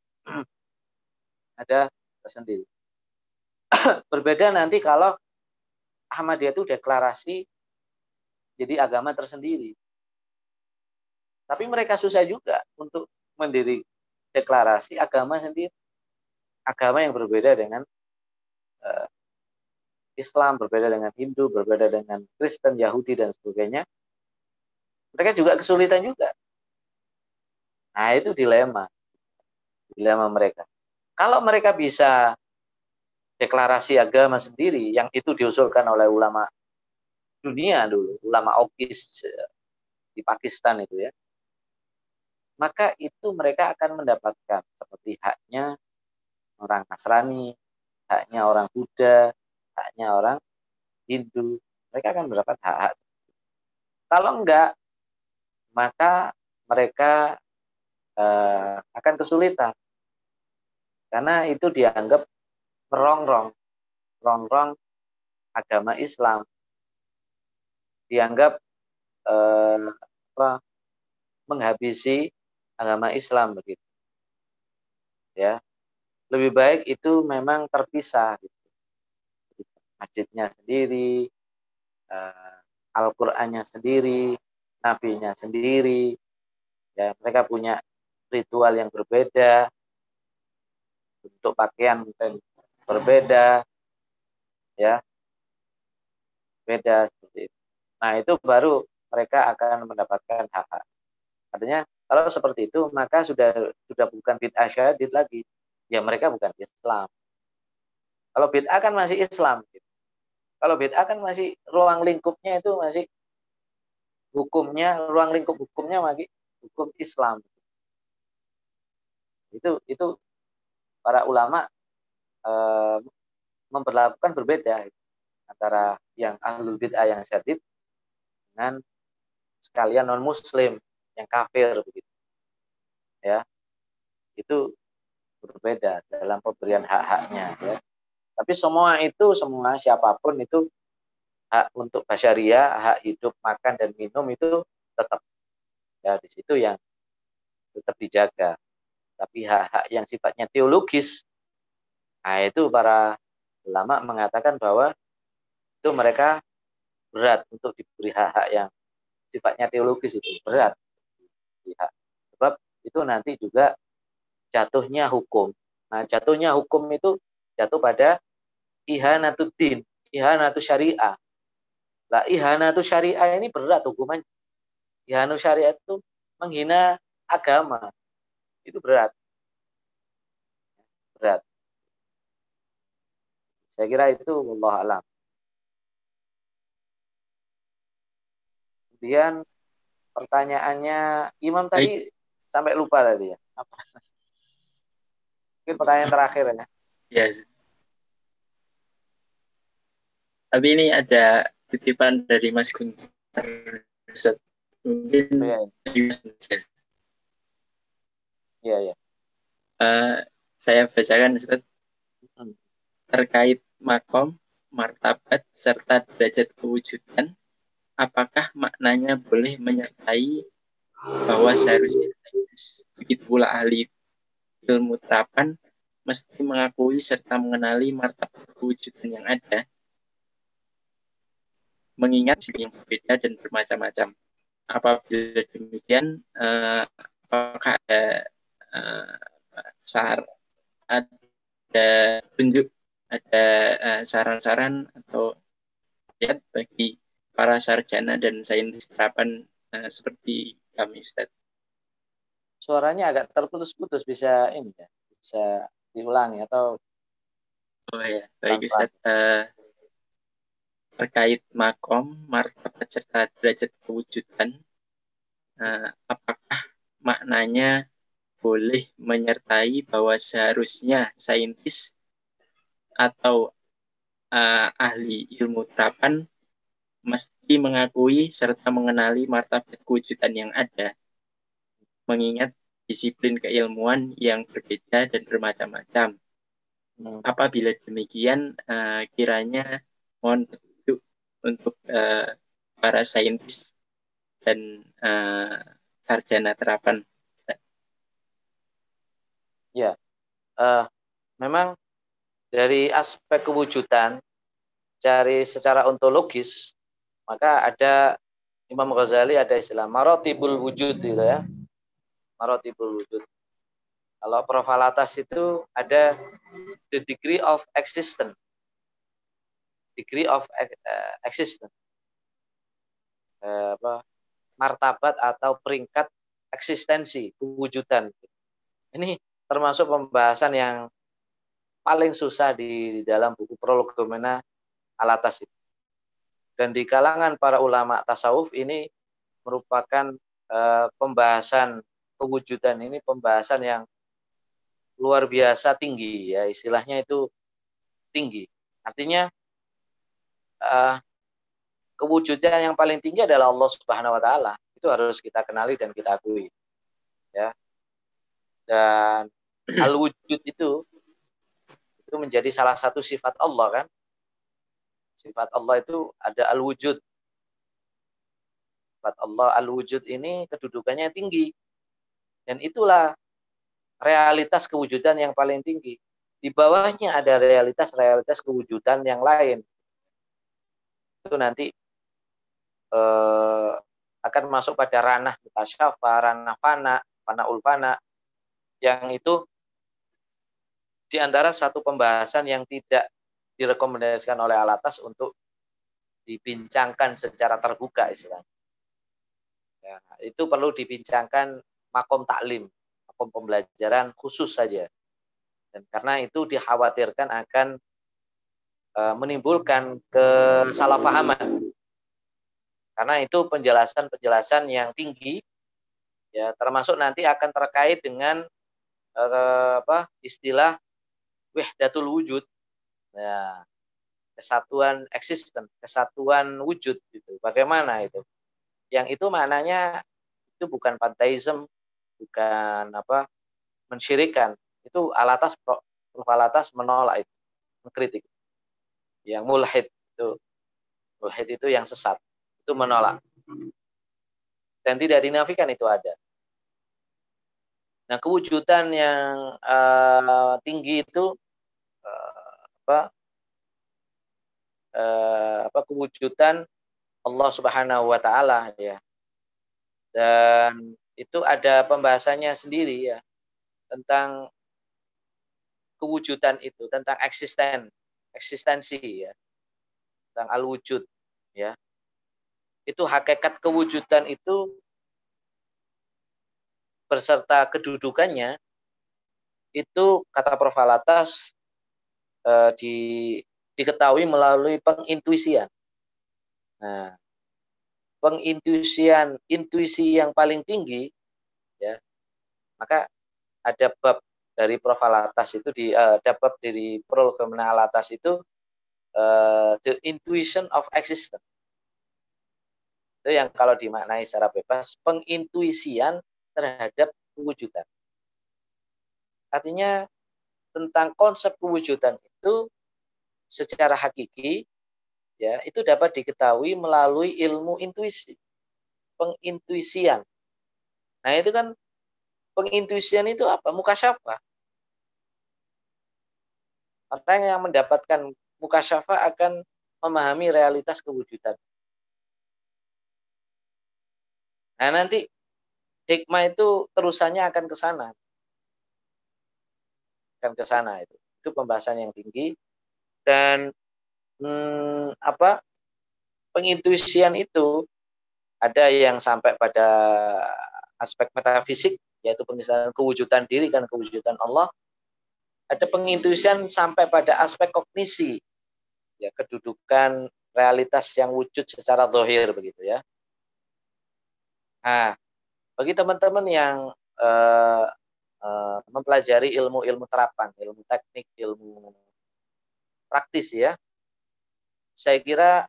Ada tersendiri. Berbeda nanti kalau Ahmadiyah itu deklarasi jadi agama tersendiri. Tapi mereka susah juga untuk mendiri deklarasi agama sendiri. Agama yang berbeda dengan Islam, berbeda dengan Hindu, berbeda dengan Kristen, Yahudi, dan sebagainya. Mereka juga kesulitan juga. Nah, itu dilema mereka. Kalau mereka bisa deklarasi agama sendiri, yang itu diusulkan oleh ulama dunia dulu, ulama Oqis di Pakistan itu ya, maka itu mereka akan mendapatkan seperti haknya orang Nasrani, haknya orang Buddha, haknya orang Hindu. Mereka akan mendapat hak-hak. Kalau enggak, maka mereka akan kesulitan. Karena itu dianggap merongrong agama Islam. Dianggap menghabisi agama Islam begitu. Ya. Lebih baik itu memang terpisah gitu. Masjidnya sendiri, Al-Qur'annya sendiri, nabinya sendiri. Ya, mereka punya ritual yang berbeda, bentuk pakaian berbeda, ya, beda seperti itu. Nah, itu baru mereka akan mendapatkan hak-hak. Artinya kalau seperti itu maka sudah bukan bid'ah syadid lagi. Ya mereka bukan Islam. Kalau bid'ah kan masih Islam. Kalau bid'ah kan masih ruang lingkupnya itu masih ruang lingkup hukumnya masih hukum Islam. Itu para ulama memperlakukan berbeda antara yang ahlul bid'ah yang syadid dengan sekalian non muslim yang kafir begitu. Ya. Itu berbeda dalam pemberian hak-haknya ya. Tapi semua siapapun itu hak untuk basyariah, hak hidup, makan dan minum itu tetap ya di situ yang tetap dijaga. Tapi hak-hak yang sifatnya teologis, nah itu para ulama mengatakan bahwa itu mereka berat untuk diberi hak-hak yang sifatnya teologis, itu berat. Sebab itu nanti juga jatuhnya hukum. Nah, jatuhnya hukum itu jatuh pada ihanatuddin, ihanatu syariah. Nah, ihanatu syariah ini berat hukumannya. Ihanatu syariah itu menghina agama. Itu berat. Saya kira itu wallahu a'lam. Kemudian pertanyaannya Imam tadi sampai lupa tadi ya. Apa? Mungkin pertanyaan terakhir ya. Ya. Tapi ini ada titipan dari Mas Guntur. Mungkin Iya. Saya bacakan Ustaz, terkait makom, martabat, serta derajat kewujudan, apakah maknanya boleh menyertai bahwa seharusnya begitu pula ahli ilmu terapan mesti mengakui serta mengenali martabat kewujudan yang ada, mengingat yang berbeda dan bermacam-macam. Apabila demikian, apakah ada ada tunjuk, ada saran-saran atau ayat bagi para sarjana dan saintis terapan seperti kami, Ustaz? Suaranya agak terputus-putus, bisa ini ya, bisa diulangi atau Oh ya, baik Ustaz. Terkait makom, martabat serta derajat kewujudan, apakah maknanya boleh menyertai bahwa seharusnya saintis atau ahli ilmu terapan mesti mengakui serta mengenali martabat kewujudan yang ada, mengingat disiplin keilmuan yang berbeda dan bermacam-macam. Apabila demikian, kiranya mohon petunjuk untuk para saintis dan sarjana terapan. Ya, memang dari aspek kewujudan, cari secara ontologis, maka ada Imam Ghazali ada istilah marotibul wujud gitu ya, marotibul wujud. Kalau Prof. Alatas itu ada the degree of existence, martabat atau peringkat eksistensi kewujudan. Ini termasuk pembahasan yang paling susah di dalam buku Prolegomena Alatas itu. Dan di kalangan para ulama tasawuf ini merupakan pembahasan kewujudan ini pembahasan yang luar biasa tinggi ya, istilahnya itu tinggi. Artinya kewujudan yang paling tinggi adalah Allah Subhanahu wa taala. Itu harus kita kenali dan kita akui. Ya. Dan al-wujud itu menjadi salah satu sifat Allah kan. Sifat Allah itu ada al-wujud. Sifat Allah al-wujud ini kedudukannya tinggi. Dan itulah realitas kewujudan yang paling tinggi. Di bawahnya ada realitas kewujudan yang lain. Itu nanti akan masuk pada ranah mutasyafa, ranah fana ulfana, yang itu di antara satu pembahasan yang tidak direkomendasikan oleh Alatas untuk dibincangkan secara terbuka istilahnya. Ya, itu perlu dibincangkan makom taklim, makom pembelajaran khusus saja. Dan karena itu dikhawatirkan akan menimbulkan kesalahpahaman. Karena itu penjelasan-penjelasan yang tinggi, ya termasuk nanti akan terkait dengan istilah wahdatul wujud, ya, kesatuan eksisten, kesatuan wujud gitu. Bagaimana itu? Yang itu maknanya itu bukan panteisme, bukan mensyirikan. Itu Prof. Alatas menolak itu, mengkritik. Yang mulhid itu yang sesat, itu menolak. Dan tidak dinafikan itu ada. Nah, kewujudan yang tinggi itu kewujudan Allah Subhanahu wa taala ya. Dan itu ada pembahasannya sendiri ya tentang kewujudan itu, tentang eksistensi ya. Tentang al-wujud ya. Itu hakikat kewujudan itu berserta kedudukannya itu kata Prof. Alatas diketahui melalui pengintuisian. Nah, intuisi yang paling tinggi ya, maka ada bab dari Prof. Alatas itu ada bab dari Prolegomena Alatas itu the intuition of existence. Itu yang kalau dimaknai secara bebas pengintuisian terhadap kewujudan. Artinya tentang konsep kewujudan itu secara hakiki ya, itu dapat diketahui melalui ilmu intuisi, pengintuisian. Nah, itu kan pengintuisian itu apa? Mukasyafah. Orang yang mendapatkan mukasyafah akan memahami realitas kewujudan. Nah, nanti hikmah itu terusannya akan ke sana. Akan ke sana itu. Itu pembahasan yang tinggi. Dan pengintuisian itu ada yang sampai pada aspek metafisik, yaitu pengisahan kewujudan diri dan kewujudan Allah. Ada pengintuisian sampai pada aspek kognisi, ya, kedudukan realitas yang wujud secara zahir begitu ya. Nah, bagi teman-teman yang mempelajari ilmu-ilmu terapan, ilmu teknik, ilmu praktis ya, saya kira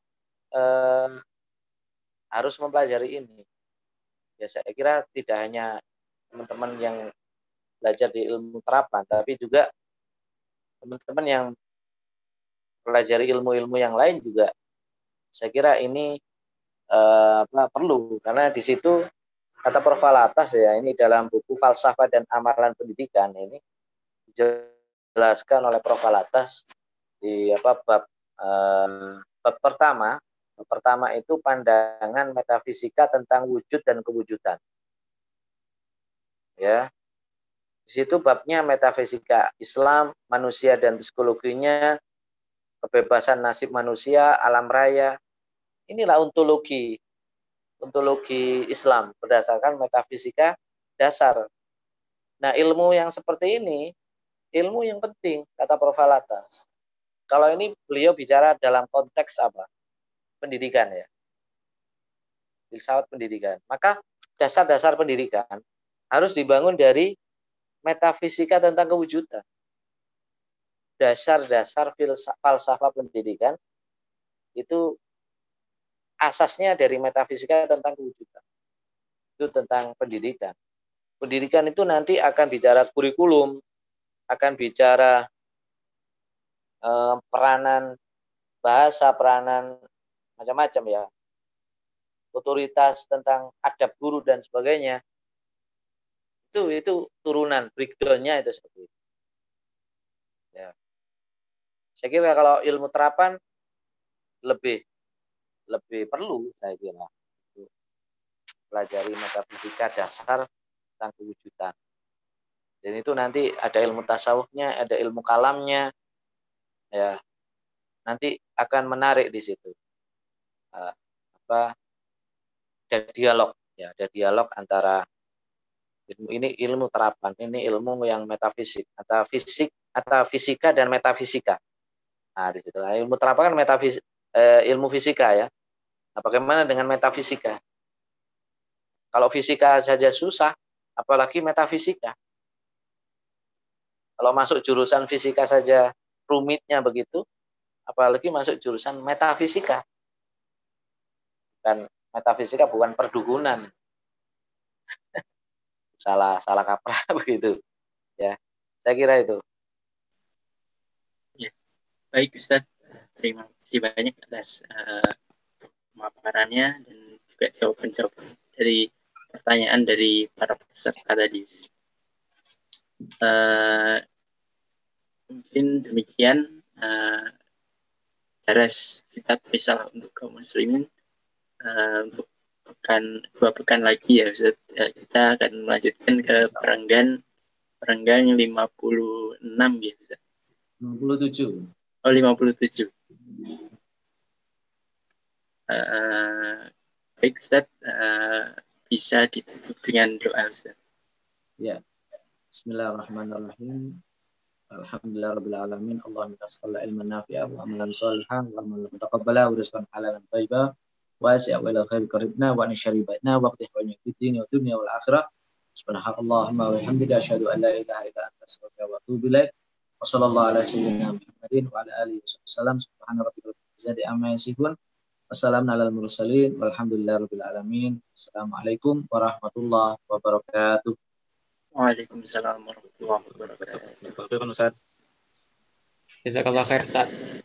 harus mempelajari ini. Ya, saya kira tidak hanya teman-teman yang belajar di ilmu terapan, tapi juga teman-teman yang pelajari ilmu-ilmu yang lain juga. Saya kira ini perlu, karena di situ kata Prof. Alatas ya, ini dalam buku Falsafah dan Amalan Pendidikan ini dijelaskan oleh Prof. Alatas di bab pertama. Bab pertama itu pandangan metafisika tentang wujud dan kewujudan. Ya. Di situ babnya metafisika Islam, manusia dan psikologinya, kebebasan nasib manusia, alam raya. Inilah ontologi Islam berdasarkan metafisika dasar. Nah, ilmu yang seperti ini, ilmu yang penting, kata Prof. Alatas. Kalau ini beliau bicara dalam konteks apa? Pendidikan ya. Filsafat pendidikan. Maka dasar-dasar pendidikan harus dibangun dari metafisika tentang kewujudan. Dasar-dasar falsafah pendidikan itu asasnya dari metafisika tentang kewujudan. Itu tentang pendidikan. Pendidikan itu nanti akan bicara kurikulum, akan bicara peranan bahasa, peranan macam-macam ya. Otoritas tentang adab guru dan sebagainya. Itu turunan breakdown-nya itu seperti itu. Ya. Saya kira kalau ilmu terapan lebih perlu, saya kira, pelajari metafisika dasar tentang kewujudan. Dan itu nanti ada ilmu tasawufnya, ada ilmu kalamnya, ya. Nanti akan menarik di situ. Ada dialog antara ini ilmu terapan, ini ilmu yang metafisik, atau fisika dan metafisika. Nah, di situ ilmu terapan kan ilmu fisika ya. Nah, bagaimana dengan metafisika? Kalau fisika saja susah, apalagi metafisika. Kalau masuk jurusan fisika saja rumitnya begitu, apalagi masuk jurusan metafisika. Dan metafisika bukan perdukunan. salah kaprah begitu. Ya. Saya kira itu. Ya. Baik Ustaz, terima kasih banyak atas pemaparannya dan juga jawaban-jawaban dari pertanyaan dari para peserta tadi. Mungkin demikian daras kitab risalah untuk kaum muslimin untuk dua pekan lagi ya Ustaz. Kita akan melanjutkan ke perenggan 56 gitu Ustaz. 57. Oh 57. Baik Ustaz, bisa ditutup dengan doa Ustaz. Ya. Bismillahirrahmanirrahim. Alhamdulillahirabbil alamin. Allahumma shalli ilman nafi'a wa amalan shalihan wa amalan mutaqabbala wa rizqan halalan thayyiban wa asya wa ila khairi qaribna wa an syaribna wa qtih wa ni'matin wa dunya wal akhirah. Subhanallahumma wa bihamdika asyhadu an la ilaha illa anta astaghfiruka wa atubu ilaik. Wa sallallahu ala sayyidina Muhammadin wa ala alihi wasallam. Subhana rabbika rabbil izzati amma yasifun. Wassalamu alal mursalin walhamdulillahirabbil alamin. Assalamualaikum warahmatullahi wabarakatuh. Waalaikumsalam warahmatullahi wabarakatuh. Ustaz. Jazakallah khair Ustaz.